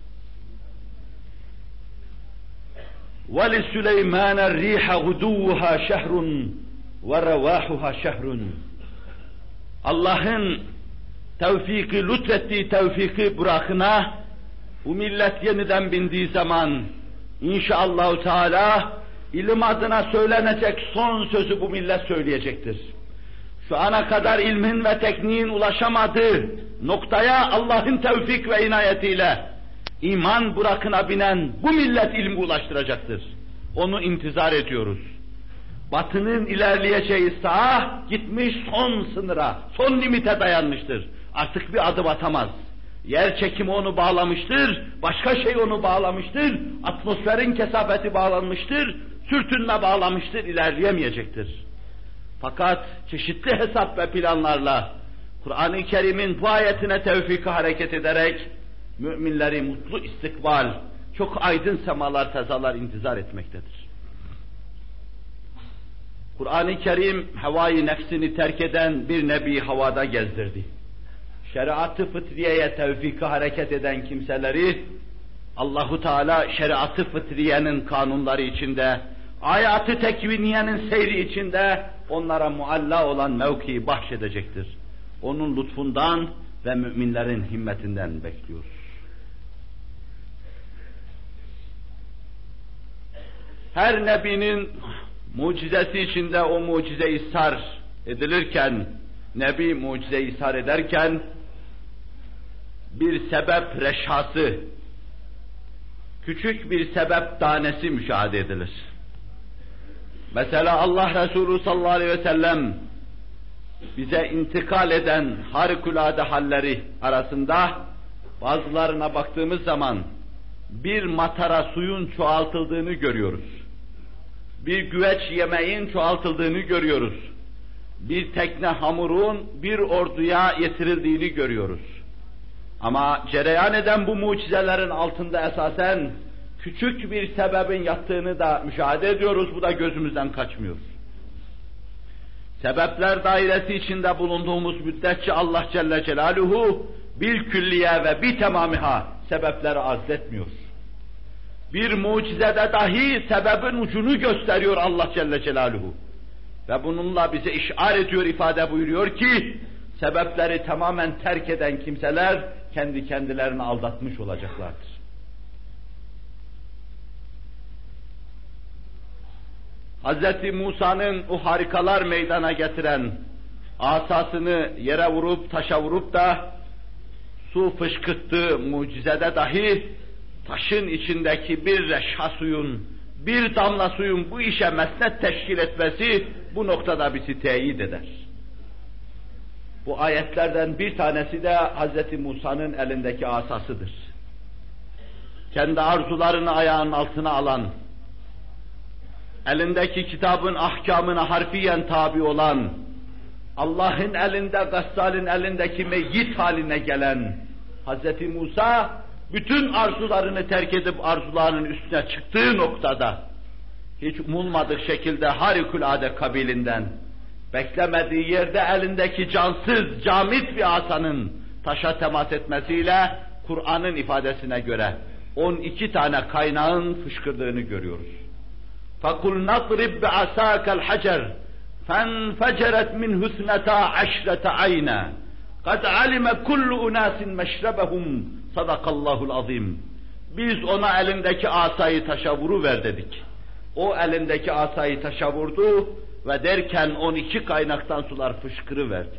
وَلِسُلَيْمَانَ الرِّيحَ غُدُوُّهَا شَهْرٌ وَرَوَاحُهَا شَهْرٌ. Allah'ın tevfiki, lütfettiği tevfiki bırakına bu millet yeniden bindiği zaman inşallah Teala ilim adına söylenecek son sözü bu millet söyleyecektir. Şu ana kadar ilmin ve tekniğin ulaşamadığı noktaya Allah'ın tevfik ve inayetiyle iman burakına binen bu millet ilmi ulaştıracaktır. Onu intizar ediyoruz. Batının ilerleyeceği saha gitmiş son sınıra, son limite dayanmıştır. Artık bir adım atamaz. Yer çekimi onu bağlamıştır, başka şey onu bağlamıştır, atmosferin kesafeti bağlanmıştır, sürtünme bağlamıştır, ilerleyemeyecektir. Fakat çeşitli hesap ve planlarla Kur'an-ı Kerim'in bu ayetine tevfiki hareket ederek müminleri mutlu istikbal, çok aydın semalar, fezalar intizar etmektedir. Kur'an-ı Kerim havayı nefsini terk eden bir nebi havada gezdirdi. Şeriat-ı fıtriyeye tevfiki hareket eden kimseleri Allahu Teala şeriat-ı fıtriyenin kanunları içinde, ayat-ı tekviniyenin seyri içinde onlara mualla olan mevkiyi bahşedecektir. Onun lütfundan ve müminlerin himmetinden bekliyoruz. Her nebinin mucizesi içinde o mucize ishar edilirken, nebi mucize ishar ederken bir sebep reşhası, küçük bir sebep tanesi müşahede edilir. Mesela Allah Resulü sallallahu aleyhi ve sellem bize intikal eden harikulade halleri arasında bazılarına baktığımız zaman bir matara suyun çoğaltıldığını görüyoruz. Bir güveç yemeğin çoğaltıldığını görüyoruz. Bir tekne hamurun bir orduya getirildiğini görüyoruz. Ama cereyan eden bu mucizelerin altında esasen küçük bir sebebin yattığını da müşahede ediyoruz. Bu da gözümüzden kaçmıyor. Sebepler dairesi içinde bulunduğumuz müddetçe Allah Celle Celaluhu bil külliye ve bi temamiha sebepleri azletmiyor. Bir mucizede dahi sebebin ucunu gösteriyor Allah Celle Celaluhu. Ve bununla bize işaret ediyor, ifade buyuruyor ki sebepleri tamamen terk eden kimseler kendi kendilerini aldatmış olacaklardır. Hz. Musa'nın o harikalar meydana getiren asasını yere vurup taşa vurup da su fışkırttığı mucizede dahi taşın içindeki bir reşha suyun, bir damla suyun bu işe mesnet teşkil etmesi bu noktada bizi teyit eder. Bu ayetlerden bir tanesi de Hz. Musa'nın elindeki asasıdır. Kendi arzularını ayağının altına alan, elindeki kitabın ahkamına harfiyen tabi olan, Allah'ın elinde, Gassal'in elindeki meyyit haline gelen Hz. Musa, bütün arzularını terk edip arzularının üstüne çıktığı noktada, hiç umulmadık şekilde harikulade kabilinden, beklemediği yerde elindeki cansız, camit bir asanın taşa temas etmesiyle, Kur'an'ın ifadesine göre 12 tane kaynağın fışkırdığını görüyoruz. فَقُلْ نَضْرِبْ بِعَسَاكَ الْحَجَرِ فَانْفَجَرَتْ مِنْهُ اثْنَتَا عَشْرَةَ عَيْنًا قَدْ عَلِمَ كُلُّ أُنَاسٍ مَشْرَبَهُمْ صَدَقَ اللّٰهُ الْعَظِيمُ. Biz ona elindeki asayı taşa vuruver dedik. O elindeki asayı taşa vurdu ve derken 12 kaynaktan sular fışkırıverdi.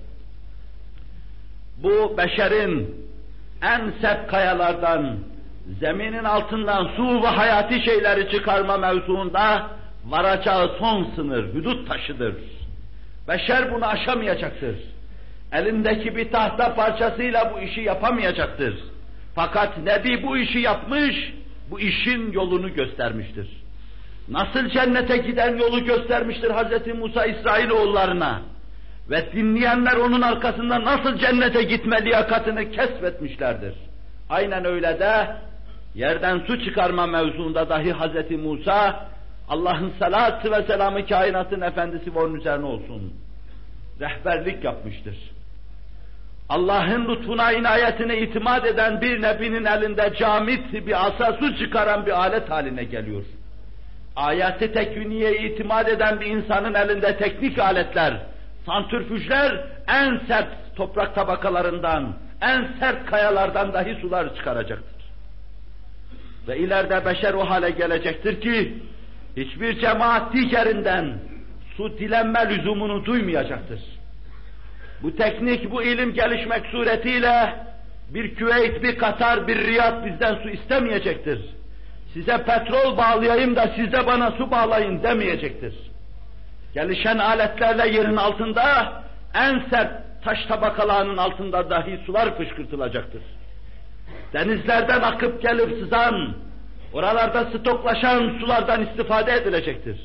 Bu beşerin en sert kayalardan, zeminin altından su ve hayati şeyleri çıkarma mevzuunda varacağı son sınır, hudut taşıdır. Beşer bunu aşamayacaktır. Elindeki bir tahta parçasıyla bu işi yapamayacaktır. Fakat Nebi bu işi yapmış, bu işin yolunu göstermiştir. Nasıl cennete giden yolu göstermiştir Hz. Musa İsrailoğullarına ve dinleyenler onun arkasında nasıl cennete gitme liyakatını kesbetmişlerdir. Aynen öyle de yerden su çıkarma mevzuunda dahi Hz. Musa, Allah'ın salatı ve selamı kainatın efendisi ve onun üzerine olsun, rehberlik yapmıştır. Allah'ın lütfuna, inayetine itimat eden bir nebinin elinde camit bir asa su çıkaran bir alet haline geliyor. Ayat-ı tekviniye itimat eden bir insanın elinde teknik aletler, santrifüjler en sert toprak tabakalarından, en sert kayalardan dahi sular çıkaracaktır. Ve ileride beşer o hale gelecektir ki, hiçbir cemaat diğerinden su dilenme lüzumunu duymayacaktır. Bu teknik, bu ilim gelişmek suretiyle bir Küveyt, bir Katar, bir Riyad bizden su istemeyecektir. Size petrol bağlayayım da siz de bana su bağlayın demeyecektir. Gelişen aletlerle yerin altında, en sert taş tabakalarının altında dahi sular fışkırtılacaktır. Denizlerden akıp gelip sızan, oralarda stoklaşan sulardan istifade edilecektir.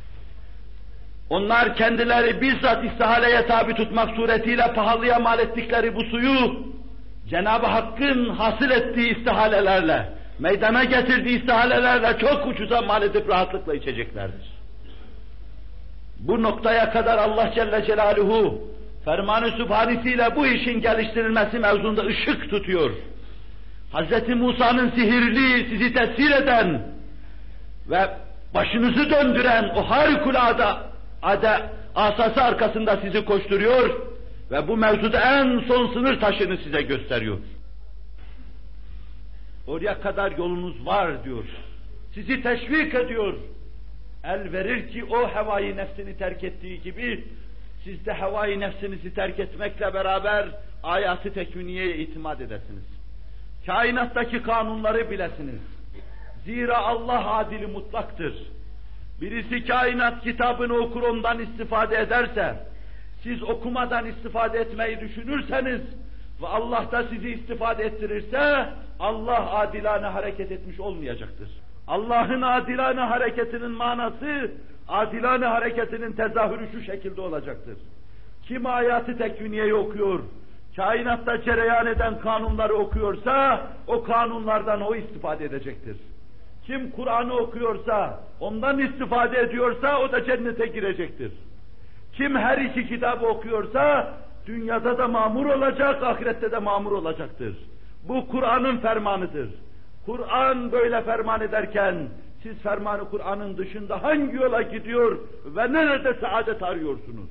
Onlar kendileri bizzat istihaleye tabi tutmak suretiyle pahalıya mal ettikleri bu suyu, Cenab-ı Hakk'ın hasıl ettiği istihalelerle, meydana getirdiği istihalelerle çok ucuza mal edip rahatlıkla içeceklerdir. Bu noktaya kadar Allah Celle Celaluhu, ferman-ı sübhanesiyle bu işin geliştirilmesi mevzunda ışık tutuyor. Hz. Musa'nın sihirli, sizi tesir eden ve başınızı döndüren o harikulade asası arkasında sizi koşturuyor ve bu mevzuda en son sınır taşını size gösteriyor. Oraya kadar yolunuz var diyor. Sizi teşvik ediyor. El verir ki o hevai nefsini terk ettiği gibi siz de hevai nefsinizi terk etmekle beraber ayat-ı tekviniyeye itimat edesiniz. Kainattaki kanunları bilesiniz. Zira Allah adili mutlaktır. Birisi kainat kitabını okur ondan istifade ederse, siz okumadan istifade etmeyi düşünürseniz ve Allah da sizi istifade ettirirse, Allah adilane hareket etmiş olmayacaktır. Allah'ın adilane hareketinin manası, adilane hareketinin tezahürü şu şekilde olacaktır. Kim ayat-ı tekviniyeyi okuyor, kainatta cereyan eden kanunları okuyorsa, o kanunlardan o istifade edecektir. Kim Kur'an'ı okuyorsa, ondan istifade ediyorsa, o da cennete girecektir. Kim her iki kitabı okuyorsa, dünyada da mamur olacak, ahirette de mamur olacaktır. Bu Kur'an'ın fermanıdır. Kur'an böyle ferman ederken, siz fermanı Kur'an'ın dışında hangi yola gidiyor ve nerede saadet arıyorsunuz?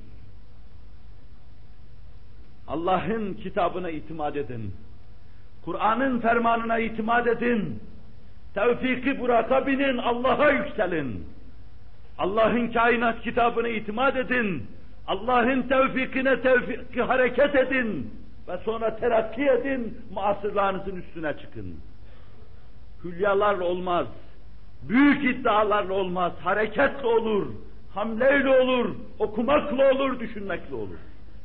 Allah'ın kitabına itimat edin. Kur'an'ın fermanına itimat edin. Tevfik-i murakabinin Allah'a yükselin. Allah'ın kainat kitabına itimat edin. Allah'ın tevfikine hareket edin. Ve sonra terakki edin, muasırlarınızın üstüne çıkın. Hülyalarla olmaz, büyük iddialarla olmaz, hareketle olur, hamleyle olur, okumakla olur, düşünmekle olur.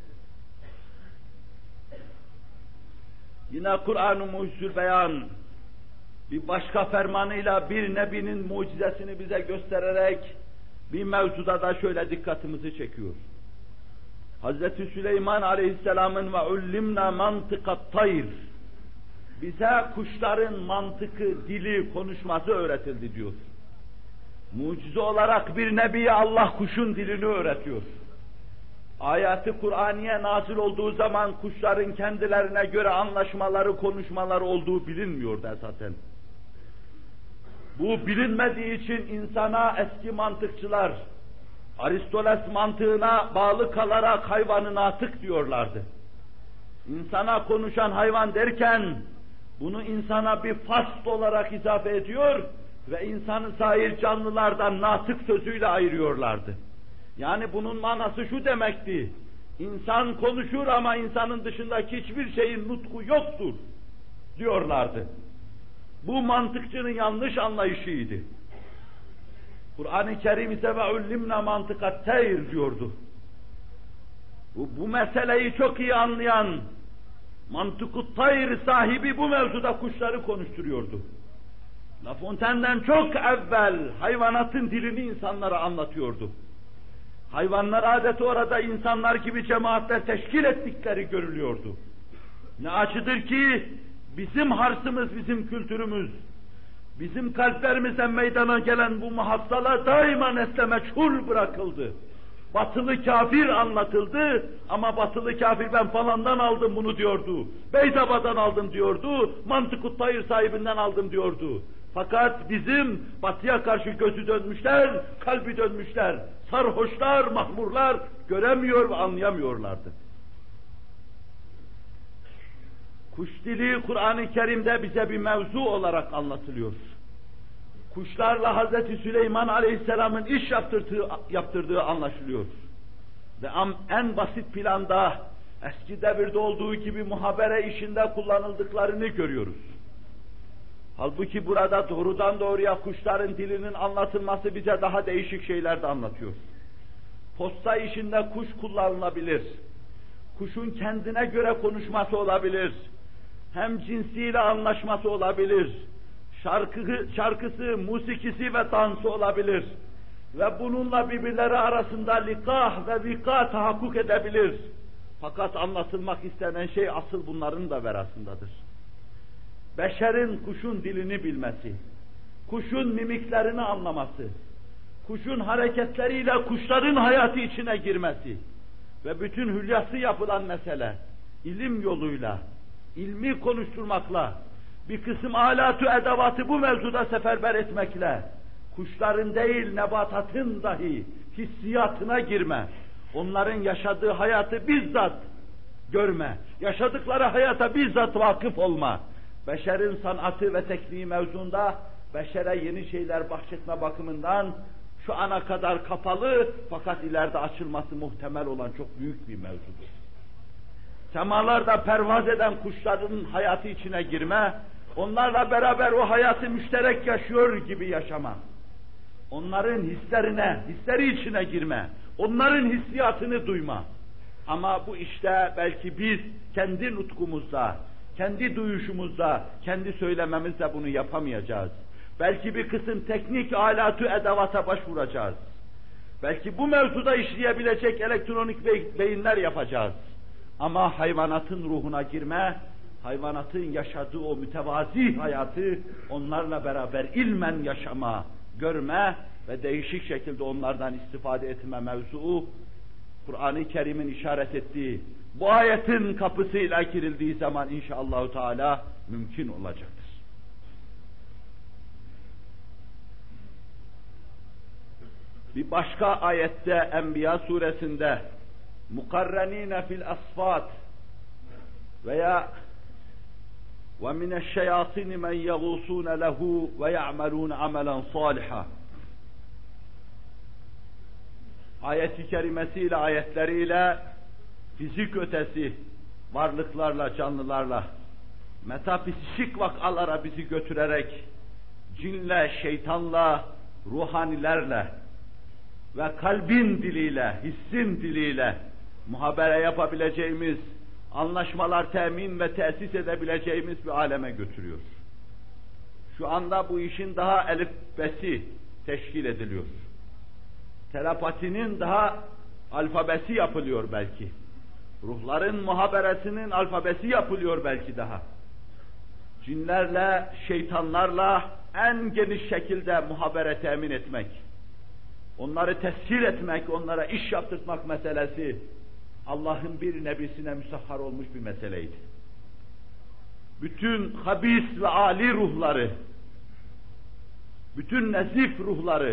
Yine Kur'an-ı Mucizül Beyan bir başka fermanıyla bir nebinin mucizesini bize göstererek bir mevzuda da şöyle dikkatimizi çekiyor. Hazreti Süleyman Aleyhisselam'ın ve ullimna mantıkat tayr, bize kuşların mantıkı, dili, konuşması öğretildi diyor. Mucize olarak bir nebiye Allah kuşun dilini öğretiyor. Ayat-ı Kur'aniye nazil olduğu zaman kuşların kendilerine göre anlaşmaları, konuşmaları olduğu bilinmiyordu esasen. Bu bilinmediği için insana eski mantıkçılar, Aristoteles mantığına bağlı kalarak hayvanı natık diyorlardı. İnsana konuşan hayvan derken, bunu insana bir fasl olarak izafe ediyor ve insanı sair canlılardan natık sözüyle ayırıyorlardı. Yani bunun manası şu demekti, İnsan konuşur ama insanın dışındaki hiçbir şeyin nutku yoktur diyorlardı. Bu mantıkçının yanlış anlayışıydı. Kur'an-ı Kerim ise ve ullimna mantıkat teyr diyordu. Bu meseleyi çok iyi anlayan mantıkut tayr sahibi bu mevzuda kuşları konuşturuyordu. La Fontaine'den çok evvel hayvanatın dilini insanlara anlatıyordu. Hayvanlar adeti orada insanlar gibi cemaatler teşkil ettikleri görülüyordu. Ne acıdır ki bizim harsımız, bizim kültürümüz, bizim kalplerimizden meydana gelen bu muhassalar daima nesle meçhul bırakıldı. Batılı kafir anlatıldı ama batılı kafir ben falandan aldım bunu diyordu. Beyzaba'dan aldım diyordu, Mantık-ı Tayr sahibinden aldım diyordu. Fakat bizim batıya karşı gözü dönmüşler, kalbi dönmüşler, sarhoşlar, mahmurlar göremiyor ve anlayamıyorlardı. Kuş dili Kur'an-ı Kerim'de bize bir mevzu olarak anlatılıyor. Kuşlarla Hazreti Süleyman Aleyhisselam'ın iş yaptırdığı anlaşılıyor. Ve en basit planda eski devirde olduğu gibi muhabere işinde kullanıldıklarını görüyoruz. Halbuki burada doğrudan doğruya kuşların dilinin anlatılması bize daha değişik şeyler de anlatıyor. Posta işinde kuş kullanılabilir. Kuşun kendine göre konuşması olabilir. Hem cinsiyle anlaşması olabilir. Şarkısı, musikisi ve dansı olabilir. Ve bununla birbirleri arasında likah ve vika tahakkuk edebilir. Fakat anlatılmak istenen şey asıl bunların da verasındadır. Beşerin kuşun dilini bilmesi, kuşun mimiklerini anlaması, kuşun hareketleriyle kuşların hayatı içine girmesi ve bütün hülyası yapılan mesele, ilim yoluyla, ilmi konuşturmakla, bir kısım alatü edevatı bu mevzuda seferber etmekle, kuşların değil nebatatın dahi hissiyatına girme, onların yaşadığı hayatı bizzat görme, yaşadıkları hayata bizzat vakıf olma, beşerin sanatı ve tekniği mevzunda beşere yeni şeyler bahşetme bakımından şu ana kadar kapalı fakat ileride açılması muhtemel olan çok büyük bir mevzudur. Semalarda pervaz eden kuşların hayatı içine girme, onlarla beraber o hayatı müşterek yaşıyor gibi yaşama, onların hisleri içine girme, onların hissiyatını duyma. Ama bu işte belki biz kendi nutkumuzda, kendi duyuşumuzda, kendi söylememizle bunu yapamayacağız. Belki bir kısım teknik alatü edevata başvuracağız. Belki bu mevzuda işleyebilecek elektronik beyinler yapacağız. Ama hayvanatın ruhuna girme, hayvanatın yaşadığı o mütevazi hayatı onlarla beraber ilmen yaşama, görme ve değişik şekilde onlardan istifade etme mevzuu, Kur'an-ı Kerim'in işaret ettiği bu ayetin kapısıyla girildiği zaman inşallahü teala mümkün olacaktır. Bir başka ayette Enbiya suresinde mukarrenine fil asfat veya ve mineşşeyatini men yagusune lehu ve ya'melun amelen saliha ayet-i kerimesiyle, ayetleriyle fizik ötesi varlıklarla, canlılarla, metafizik vakalara bizi götürerek cinle, şeytanla, ruhanilerle ve kalbin diliyle, hissin diliyle muhabere yapabileceğimiz, anlaşmalar temin ve tesis edebileceğimiz bir aleme götürüyor. Şu anda bu işin daha elifbesi teşkil ediliyor. Telepatinin daha alfabesi yapılıyor belki. Ruhların muhaberesinin alfabesi yapılıyor belki daha. Cinlerle, şeytanlarla en geniş şekilde muhabere temin etmek, onları teshil etmek, onlara iş yaptırtmak meselesi Allah'ın bir nebisine müsahhar olmuş bir meseleydi. Bütün habis ve âli ruhları, bütün nezif ruhları,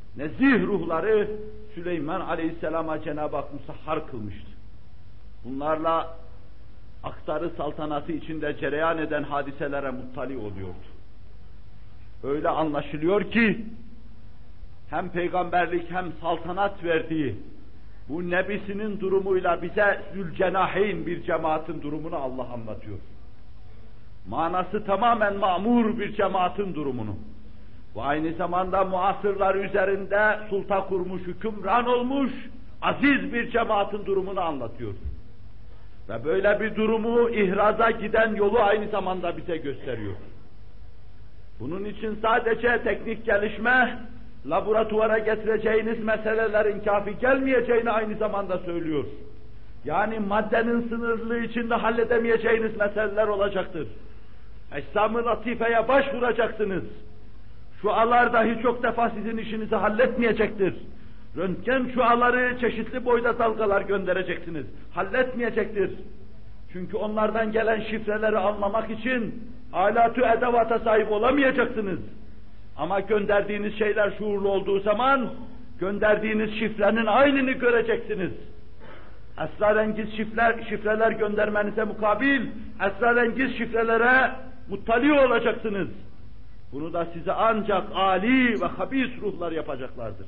nezih ruhları Süleyman Aleyhisselam'a Cenab-ı Hak musahhar kılmıştı. Bunlarla aktarı saltanatı içinde cereyan eden hadiselere muttali oluyordu. Öyle anlaşılıyor ki hem peygamberlik hem saltanat verdiği bu nebisinin durumuyla bize Zülcenaheyn bir cemaatin durumunu Allah anlatıyor. Manası tamamen mamur bir cemaatin durumunu ve aynı zamanda muasırlar üzerinde sulta kurmuş, hükümran olmuş aziz bir cemaatin durumunu anlatıyor. Ve böyle bir durumu ihraza giden yolu aynı zamanda bize gösteriyor. Bunun için sadece teknik gelişme, laboratuvara getireceğiniz meselelerin kafi gelmeyeceğini aynı zamanda söylüyor. Yani maddenin sınırlılığı içinde halledemeyeceğiniz meseleler olacaktır. Eczam-ı latifeye başvuracaksınız. Şualar dahi çok defa sizin işinizi halletmeyecektir. Röntgen şuaları çeşitli boyda dalgalar göndereceksiniz. Halletmeyecektir. Çünkü onlardan gelen şifreleri anlamak için alatü edevata sahip olamayacaksınız. Ama gönderdiğiniz şeyler şuurlu olduğu zaman gönderdiğiniz şifrenin aynını göreceksiniz. Esrarengiz şifreler göndermenize mukabil esrarengiz şifrelere muttali olacaksınız. Bunu da size ancak âli ve habis ruhlar yapacaklardır.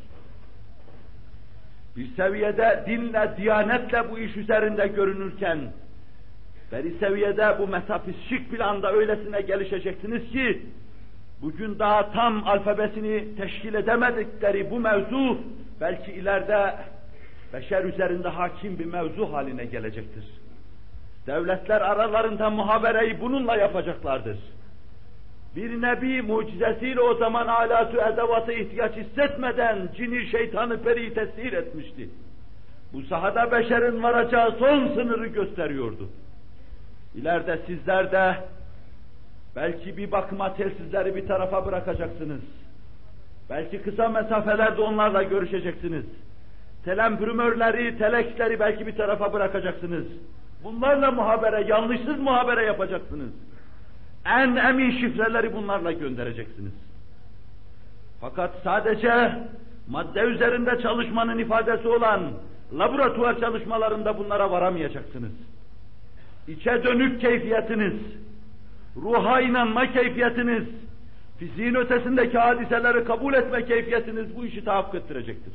Bir seviyede dinle, diyanetle bu iş üzerinde görünürken, beri seviyede bu metafizik planda öylesine gelişeceksiniz ki, bugün daha tam alfabesini teşkil edemedikleri bu mevzu, belki ileride beşer üzerinde hakim bir mevzu haline gelecektir. Devletler aralarında muhabereyi bununla yapacaklardır. Bir nebi mucizesiyle o zaman alatü edevata ihtiyaç hissetmeden cini şeytanı peri tesir etmişti. Bu sahada beşerin varacağı son sınırı gösteriyordu. İleride sizler de belki bir bakıma telsizleri bir tarafa bırakacaksınız. Belki kısa mesafelerde onlarla görüşeceksiniz. Telemprimörleri, teleksleri belki bir tarafa bırakacaksınız. Bunlarla muhabere, yanlışsız muhabere yapacaksınız. En emin şifreleri bunlarla göndereceksiniz. Fakat sadece madde üzerinde çalışmanın ifadesi olan laboratuvar çalışmalarında bunlara varamayacaksınız. İçe dönük keyfiyetiniz, ruha inanma keyfiyetiniz, fiziğin ötesindeki hadiseleri kabul etme keyfiyetiniz bu işi tahakkuk ettirecektir.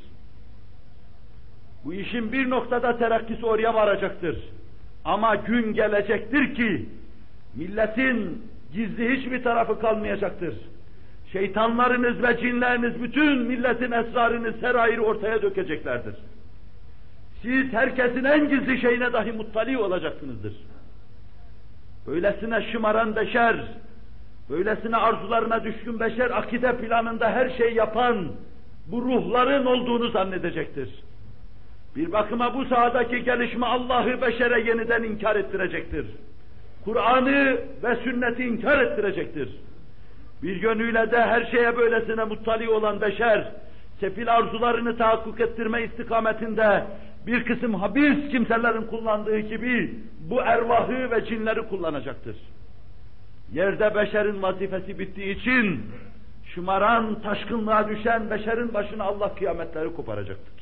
Bu işin bir noktada terakkisi oraya varacaktır. Ama gün gelecektir ki milletin gizli hiçbir tarafı kalmayacaktır. Şeytanlarınız ve cinleriniz bütün milletin esrarını, serairi ortaya dökeceklerdir. Siz herkesin en gizli şeyine dahi muttali olacaksınızdır. Böylesine şımaran beşer, böylesine arzularına düşkün beşer, akide planında her şey yapan bu ruhların olduğunu zannedecektir. Bir bakıma bu sahadaki gelişme Allah'ı beşere yeniden inkar ettirecektir. Kur'an'ı ve sünneti inkar ettirecektir. Bir yönüyle de her şeye böylesine muttali olan beşer, sefil arzularını tahakkuk ettirme istikametinde bir kısım habis kimselerin kullandığı gibi bu ervahı ve cinleri kullanacaktır. Yerde beşerin vazifesi bittiği için şımaran, taşkınlığa düşen beşerin başına Allah kıyametleri koparacaktır.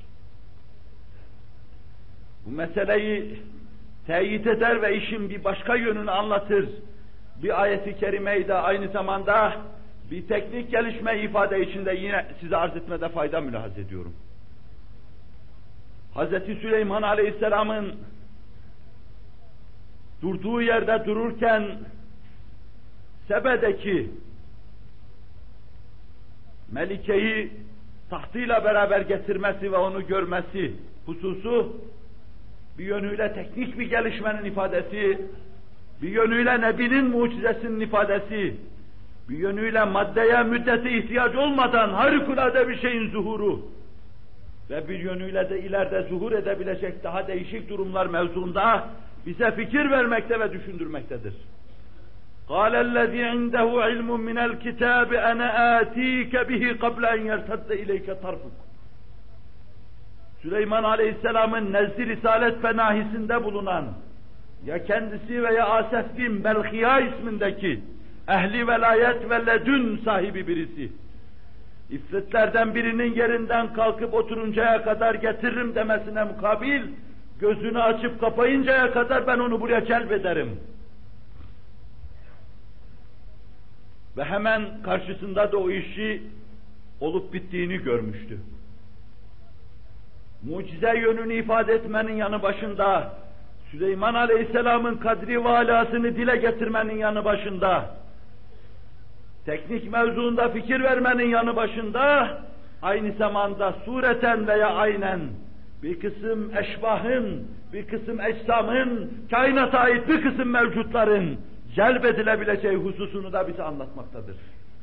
Bu meseleyi teyit eder ve işin bir başka yönünü anlatır. Bir ayet-i kerimeyi de aynı zamanda bir teknik gelişme ifade içinde yine size arz etmede fayda mülahaz ediyorum. Hz. Süleyman Aleyhisselam'ın durduğu yerde dururken Sebe'deki Melike'yi tahtıyla beraber getirmesi ve onu görmesi hususu bir yönüyle teknik bir gelişmenin ifadesi, bir yönüyle Nebi'nin mucizesinin ifadesi, bir yönüyle maddeye, müddete ihtiyaç olmadan harikulade bir şeyin zuhuru ve bir yönüyle de ileride zuhur edebilecek daha değişik durumlar mevzuunda bize fikir vermekte ve düşündürmektedir. قَالَ الَّذ۪ي عِنْدَهُ عِلْمٌ مِنَ الْكِتَابِ أَنَا آتِيكَ بِهِ قَبْلَ اَنْ يَرْتَدَّ اِلَيْكَ طَرْفُكَ Süleyman Aleyhisselam'ın nezd-i risalet fenahisinde bulunan ya kendisi veya Asef bin Belhiya ismindeki ehli velayet ve ledün sahibi birisi İfritlerden birinin yerinden kalkıp oturuncaya kadar getiririm demesine mukabil, gözünü açıp kapayıncaya kadar ben onu buraya celbederim. Ve hemen karşısında da o işi olup bittiğini görmüştü. Mucize yönünü ifade etmenin yanı başında, Süleyman Aleyhisselam'ın kadri ve alasını dile getirmenin yanı başında, teknik mevzuunda fikir vermenin yanı başında, aynı zamanda sureten veya aynen bir kısım eşbahın, bir kısım ecsamın, kainata ait bir kısım mevcutların celbedilebileceği hususunu da bize anlatmaktadır.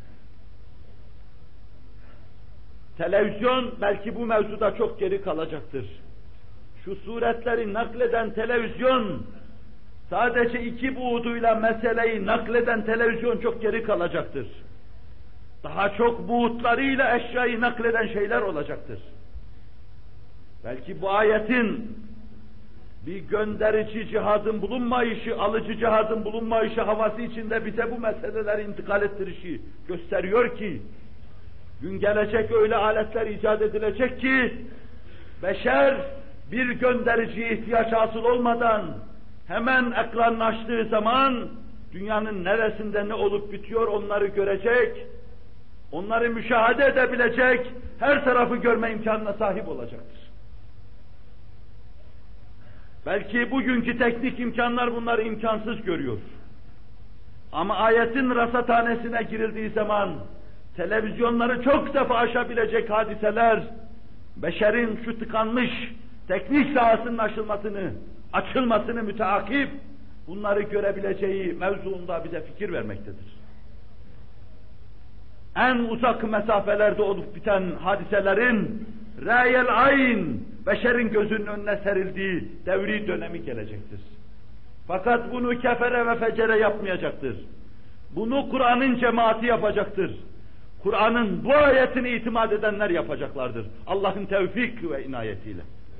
Televizyon belki bu mevzuda çok geri kalacaktır. Şu suretleri nakleden televizyon, sadece iki buğduyla meseleyi nakleden televizyon çok geri kalacaktır. Daha çok buğutlarıyla eşyayı nakleden şeyler olacaktır. Belki bu ayetin bir gönderici cihazın bulunmayışı, alıcı cihazın bulunmayışı havası içinde bize bu meseleleri intikal ettirişi gösteriyor ki, gün gelecek öyle aletler icat edilecek ki, beşer bir göndericiye ihtiyaç hasıl olmadan, hemen ekranını açtığı zaman, dünyanın neresinde ne olup bitiyor onları görecek, onları müşahede edebilecek, her tarafı görme imkanına sahip olacaktır. Belki bugünkü teknik imkanlar bunları imkansız görüyor. Ama ayetin rasathanesine girildiği zaman, televizyonları çok defa aşabilecek hadiseler, beşerin şu tıkanmış teknik sahasının açılmasını müteakip, bunları görebileceği mevzuunda bize fikir vermektedir. En uzak mesafelerde olup biten hadiselerin râyel ayn, beşerin gözünün önüne serildiği devri dönemi gelecektir. Fakat bunu kefere ve fecere yapmayacaktır. Bunu Kur'an'ın cemaati yapacaktır. Kur'an'ın bu ayetine itimat edenler yapacaklardır. Allah'ın tevfik ve inayetiyle.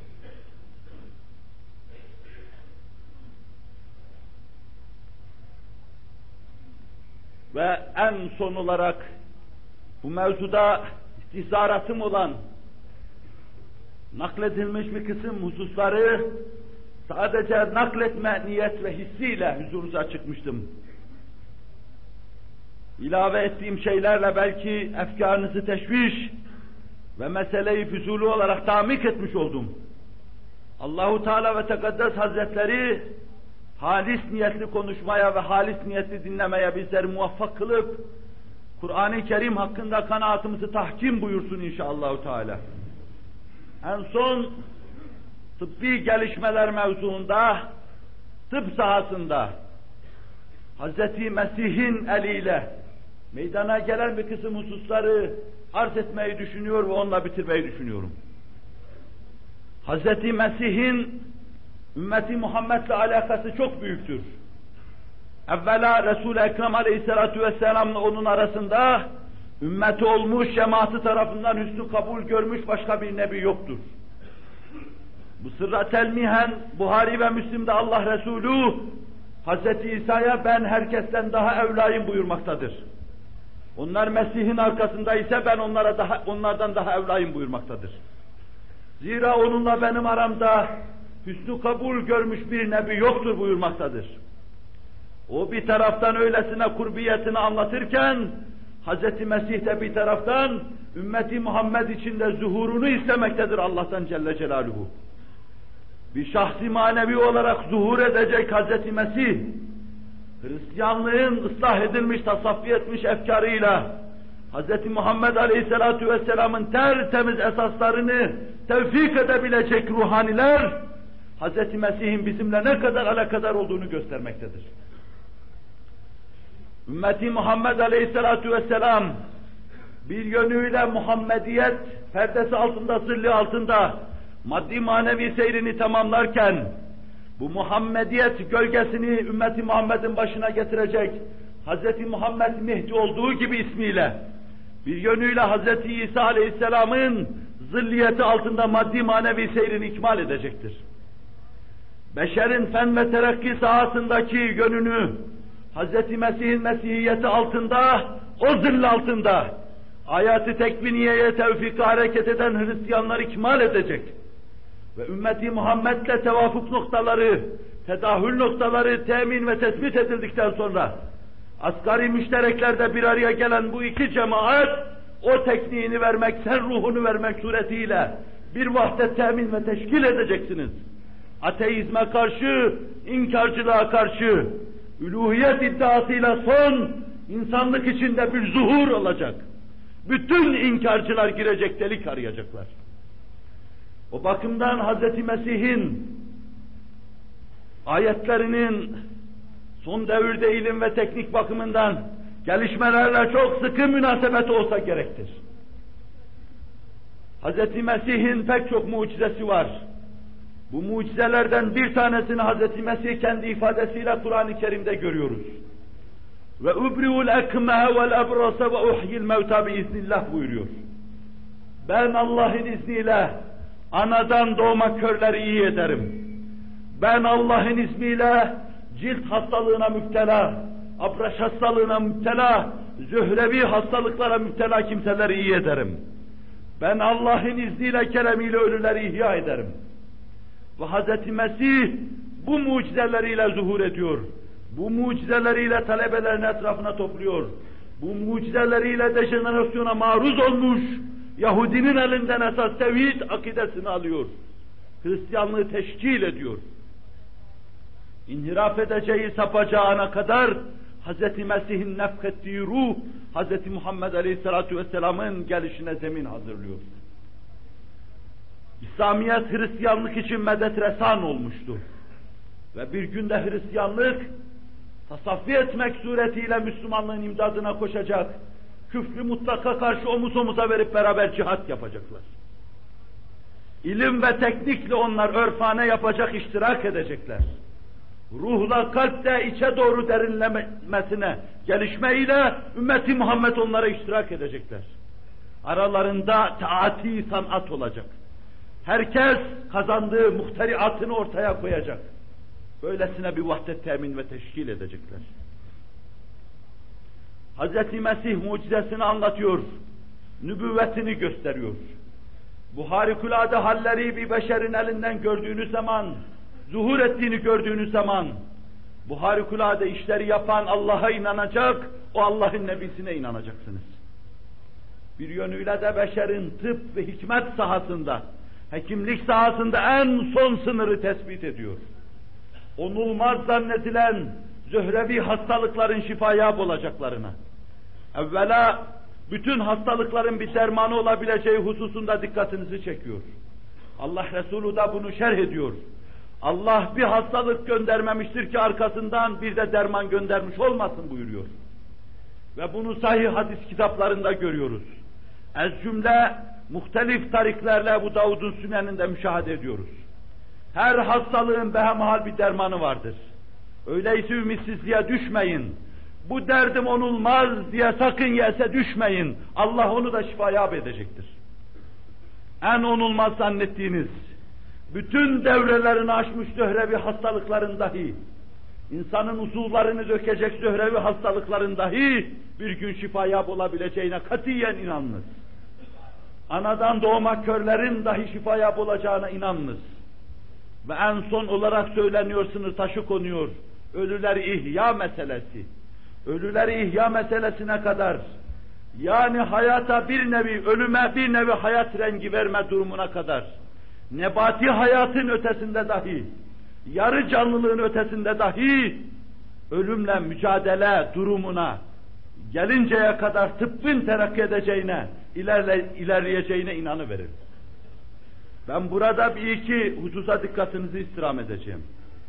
Ve en son olarak bu mevzuda istihzaratım olan nakledilmiş bir kısım hususları sadece nakletme niyet ve hissiyle huzurunuza çıkmıştım. İlave ettiğim şeylerle belki efkarınızı teşviş ve meseleyi füzuli olarak tamik etmiş oldum. Allahu Teala ve Tekaddes Hazretleri halis niyetli konuşmaya ve halis niyetli dinlemeye bizleri muvaffak kılıp Kur'an-ı Kerim hakkında kanaatımızı tahkim buyursun inşallahü teala. En son tıbbi gelişmeler mevzuunda, tıp sahasında Hz. Mesih'in eliyle meydana gelen bir kısım hususları arz etmeyi düşünüyor ve onunla bitirmeyi düşünüyorum. Hz. Mesih'in ümmeti Muhammed'le alakası çok büyüktür. Evvela Resul-i Ekrem Aleyhisselatü Vesselam'la onun arasında ümmeti olmuş, cemaati tarafından hüsnü kabul görmüş başka bir nebi yoktur. Bu sırra telmihen Buhari ve Müslim'de Allah Resulü Hz. İsa'ya ben herkesten daha evlayım buyurmaktadır. Onlar Mesih'in arkasında ise ben onlardan daha evlayım buyurmaktadır. Zira onunla benim aramda hüsnü kabul görmüş bir nebi yoktur buyurmaktadır. O bir taraftan öylesine kurbiyetini anlatırken, Hz. Mesih de bir taraftan ümmeti Muhammed içinde zuhurunu istemektedir Allah'tan Celle Celaluhu. Bir şahsi manevi olarak zuhur edecek Hz. Mesih, Hristiyanlığın ıslah edilmiş, tasaffi etmiş efkarıyla, Hz. Muhammed Aleyhisselatü Vesselam'ın tertemiz esaslarını tevfik edebilecek ruhaniler, Hz. Mesih'in bizimle ne kadar alakadar olduğunu göstermektedir. Ümmeti Muhammed Aleyhisselatü Vesselam bir yönüyle Muhammediyet perdesi altında, zilli altında maddi manevi seyrini tamamlarken bu Muhammediyet gölgesini ümmeti Muhammed'in başına getirecek Hz. Muhammed Mehdi olduğu gibi ismiyle bir yönüyle Hz. İsa Aleyhisselam'ın zilliyeti altında maddi manevi seyrini ikmal edecektir. Beşerin fen ve terakki sahasındaki yönünü Hz. Mesih'in mesihiyeti altında, o zill altında ayat-ı tekviniyeye tevfika hareket eden Hristiyanları ikmal edecek ve ümmeti Muhammed'le tevafuk noktaları, tedahül noktaları temin ve tespit edildikten sonra asgari müştereklerde bir araya gelen bu iki cemaat o tekniğini vermek, sen ruhunu vermek suretiyle bir vahdet temin ve teşkil edeceksiniz. Ateizme karşı, inkarcılığa karşı, üluhiyet iddiasıyla son insanlık içinde bir zuhur olacak. Bütün inkarcılar girecek, delik arayacaklar. O bakımdan Hz. Mesih'in ayetlerinin son devirde ilim ve teknik bakımından gelişmelerle çok sıkı münasebeti olsa gerektir. Hz. Mesih'in pek çok mucizesi var. Bu mucizelerden bir tanesini Hz. Mesih kendi ifadesiyle Kur'an-ı Kerim'de görüyoruz. Ve ubri'ul ekmehe vel ebrase ve uhyil mevta biiznillah buyuruyor. Ben Allah'ın izniyle anadan doğma körleri iyi ederim. Ben Allah'ın izniyle cilt hastalığına müptela, abraş hastalığına müptela, zührevi hastalıklara müptela kimseleri iyi ederim. Ben Allah'ın izniyle, keremiyle ölüleri ihya ederim. Ve Hz. Mesih bu mucizeleriyle zuhur ediyor. Bu mucizeleriyle talebelerini etrafına topluyor. Bu mucizeleriyle dejenerasyona maruz olmuş Yahudinin elinden esas tevhid akidesini alıyor. Hristiyanlığı teşkil ediyor. İnhiraf edeceği, sapacağı ana kadar Hz. Mesih'in nefkettiği ruh, Hz. Muhammed Aleyhisselatü Vesselam'ın gelişine zemin hazırlıyor. İslamiyet Hristiyanlık için medet resan olmuştu. Ve bir günde Hristiyanlık tasaffi etmek suretiyle Müslümanlığın imdadına koşacak, küfrü mutlaka karşı omuz omuza verip beraber cihat yapacaklar. İlim ve teknikle onlar örfane yapacak, iştirak edecekler. Ruhla kalpte içe doğru derinlemesine, gelişmeyle ümmeti Muhammed onlara iştirak edecekler. Aralarında taati sanat olacak. Herkes kazandığı muhtariatını ortaya koyacak. Böylesine bir vahdet temin ve teşkil edecekler. Hz. Mesih mucizesini anlatıyor, nübüvvetini gösteriyor. Bu harikulade halleri bir beşerin elinden gördüğünüz zaman, zuhur ettiğini gördüğünüz zaman, bu harikulade işleri yapan Allah'a inanacak, o Allah'ın Nebisine inanacaksınız. Bir yönüyle de beşerin tıp ve hikmet sahasında, hekimlik sahasında en son sınırı tespit ediyor. Onulmaz zannedilen zührevi hastalıkların şifaya olacaklarına, evvela bütün hastalıkların bir dermanı olabileceği hususunda dikkatinizi çekiyor. Allah Resulü da bunu şerh ediyor. Allah bir hastalık göndermemiştir ki arkasından bir de derman göndermiş olmasın buyuruyor. Ve bunu sahih hadis kitaplarında görüyoruz. Ez cümle muhtelif tariklerle bu Davud'un Sünen'inde müşahede ediyoruz. Her hastalığın behemhal bir dermanı vardır. Öyleyse ümitsizliğe düşmeyin. Bu derdim onulmaz diye sakın yese düşmeyin. Allah onu da şifaya edecektir. En onulmaz zannettiğiniz, bütün devrelerini aşmış zöhrevi hastalıkların dahi, insanın uzuvlarını dökecek zöhrevi hastalıkların dahi bir gün şifaya olabileceğine katiyen inanınız. Anadan doğma körlerin dahi şifaya olacağına inanınız. Ve en son olarak söyleniyor, sınır taşı konuyor, ölüleri ihya meselesi. Ölüleri ihya meselesine kadar, yani hayata bir nevi, ölüme bir nevi hayat rengi verme durumuna kadar, nebati hayatın ötesinde dahi, yarı canlılığın ötesinde dahi, ölümle mücadele durumuna gelinceye kadar tıbbın terakki edeceğine, ilerleyeceğine inanıverir. Ben burada bir iki hususa dikkatinizi istirham edeceğim.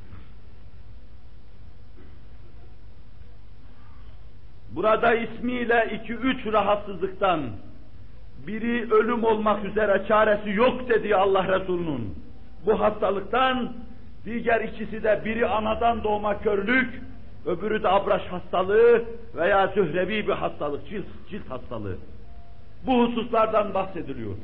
Burada ismiyle 2-3 rahatsızlıktan, biri ölüm olmak üzere çaresi yok dediği Allah Resulü'nün bu hastalıktan, diğer ikisi de biri anadan doğma körlük, öbürü de abraş hastalığı veya zührevi bir hastalık, cilt hastalığı. Bu hususlardan bahsediliyor.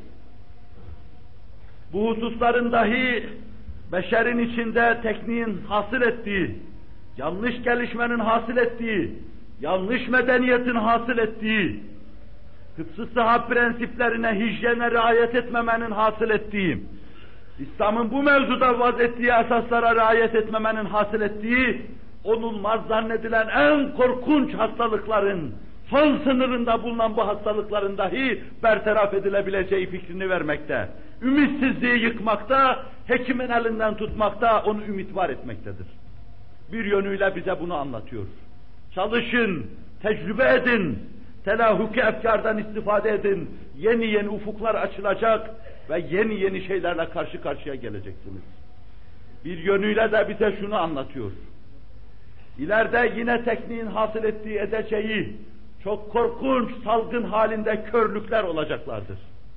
Bu hususların dahi beşerin içinde tekniğin hasıl ettiği, yanlış gelişmenin hasıl ettiği, yanlış medeniyetin hasıl ettiği, tıpkı sıhhat prensiplerine, hijyene riayet etmemenin hasıl ettiği, İslam'ın bu mevzuda vaz ettiği esaslara riayet etmemenin hasıl ettiği, onulmaz zannedilen en korkunç hastalıkların, son sınırında bulunan bu hastalıkların dahi bertaraf edilebileceği fikrini vermekte. Ümitsizliği yıkmakta, hekimin elinden tutmakta, onu ümit var etmektedir. Bir yönüyle bize bunu anlatıyor. Çalışın, tecrübe edin, telahhuki efkardan istifade edin, yeni yeni ufuklar açılacak ve yeni yeni şeylerle karşı karşıya geleceksiniz. Bir yönüyle de bize şunu anlatıyor. İleride yine tekniğin hasıl ettiği edeceği çok korkunç salgın halinde körlükler olacaklardır.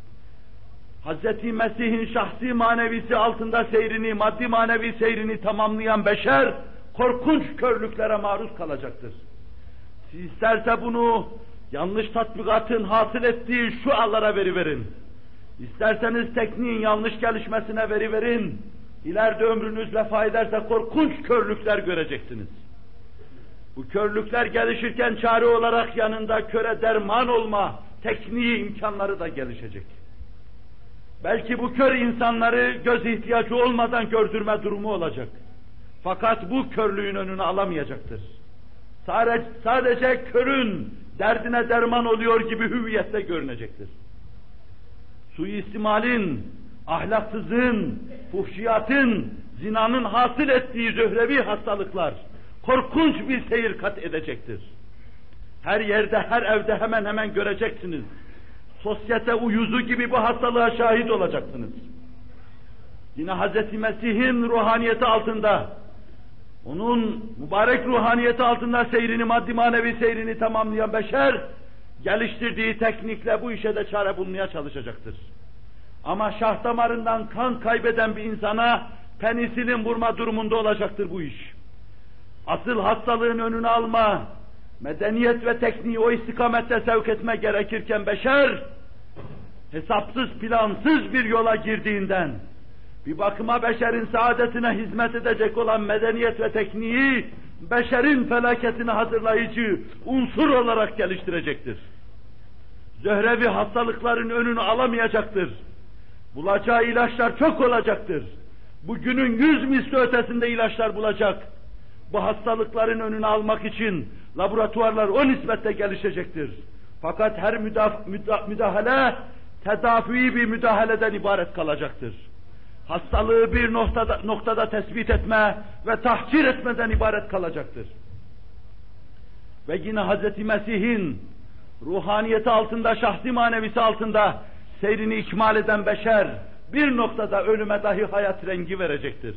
Hz. Mesih'in şahsi manevisi altında seyrini, maddi manevi seyrini tamamlayan beşer korkunç körlüklere maruz kalacaktır. Siz isterse bunu yanlış tatbikatın hasıl ettiği şu anlara veriverin. İsterseniz tekniğin yanlış gelişmesine veriverin. İleride ömrünüz vefa ederse korkunç körlükler göreceksiniz. Bu körlükler gelişirken çare olarak yanında köre derman olma tekniği imkanları da gelişecek. Belki bu kör insanları göz ihtiyacı olmadan gördürme durumu olacak. Fakat bu körlüğün önünü alamayacaktır. Sadece körün derdine derman oluyor gibi hüviyette görünecektir. Suistimalin, ahlaksızlığın, fuhşiyatın, zinanın hasıl ettiği zöhrevi hastalıklar korkunç bir seyir kat edecektir. Her yerde, her evde hemen hemen göreceksiniz. Sosyete uyuzu gibi bu hastalığa şahit olacaksınız. Yine Hz. Mesih'in ruhaniyeti altında, onun mübarek ruhaniyeti altında seyrini, maddi manevi seyrini tamamlayan beşer, geliştirdiği teknikle bu işe de çare bulmaya çalışacaktır. Ama şah damarından kan kaybeden bir insana penisilin vurma durumunda olacaktır bu iş. Asıl hastalığın önünü alma, medeniyet ve tekniği o istikamette sevk etme gerekirken beşer, hesapsız plansız bir yola girdiğinden, bir bakıma beşerin saadetine hizmet edecek olan medeniyet ve tekniği, beşerin felaketini hazırlayıcı unsur olarak geliştirecektir. Zöhrevi hastalıkların önünü alamayacaktır. Bulacağı ilaçlar çok olacaktır. Bugünün 100 misli ötesinde ilaçlar bulacak. Bu hastalıkların önünü almak için laboratuvarlar o nispette gelişecektir. Fakat her müdahale, tedavi bir müdahaleden ibaret kalacaktır. Hastalığı bir noktada tespit etme ve tahkir etmeden ibaret kalacaktır. Ve yine Hz. Mesih'in ruhaniyeti altında, şahsi manevisi altında seyrini ikmal eden beşer bir noktada ölüme dahi hayat rengi verecektir.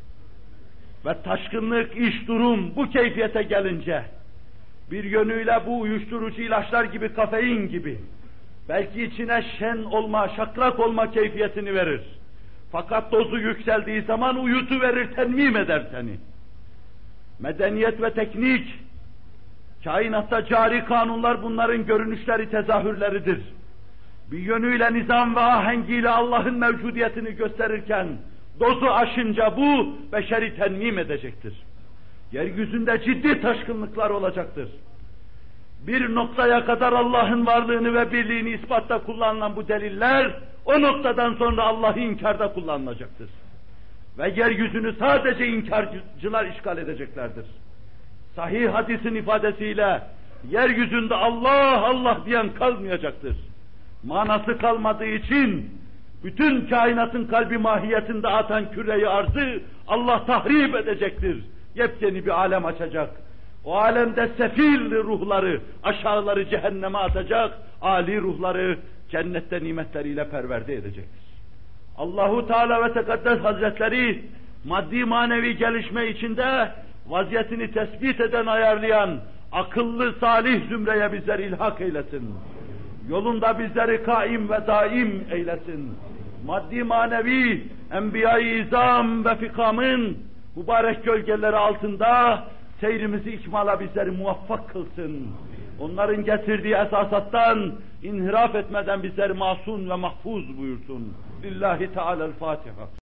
Ve taşkınlık, iş, durum bu keyfiyete gelince bir yönüyle bu uyuşturucu ilaçlar gibi, kafein gibi belki içine şen olma, şakrak olma keyfiyetini verir. Fakat dozu yükseldiği zaman uyutuverir, tenmim eder seni. Medeniyet ve teknik, kainatta cari kanunlar bunların görünüşleri, tezahürleridir. Bir yönüyle nizam ve ahengiyle Allah'ın mevcudiyetini gösterirken, dozu aşınca bu beşeri tenmim edecektir. Yeryüzünde ciddi taşkınlıklar olacaktır. Bir noktaya kadar Allah'ın varlığını ve birliğini ispatta kullanılan bu deliller, o noktadan sonra Allah'ı inkarda kullanılacaktır. Ve yeryüzünü sadece inkarcılar işgal edeceklerdir. Sahih hadisin ifadesiyle, yeryüzünde Allah Allah diyen kalmayacaktır. Manası kalmadığı için, bütün kainatın kalbi mahiyetinde atan küreyi arzı Allah tahrip edecektir. Yepyeni bir alem açacak. O alemde sefil ruhları, aşağıları cehenneme atacak, âli ruhları cennette nimetleriyle perverde edecektir. Allahu Teala ve Tekaddes Hazretleri maddi manevi gelişme içinde vaziyetini tespit eden, ayarlayan akıllı salih zümreye bizleri ilhak eylesin. Yolunda bizleri kaim ve daim eylesin. Maddi manevi enbiya-i izam ve fikamın mübarek gölgeleri altında seyrimizi ikmala bizleri muvaffak kılsın. Onların getirdiği esasattan inhiraf etmeden bizleri masum ve mahfuz buyursun. Lillahi Teala'l-Fatiha.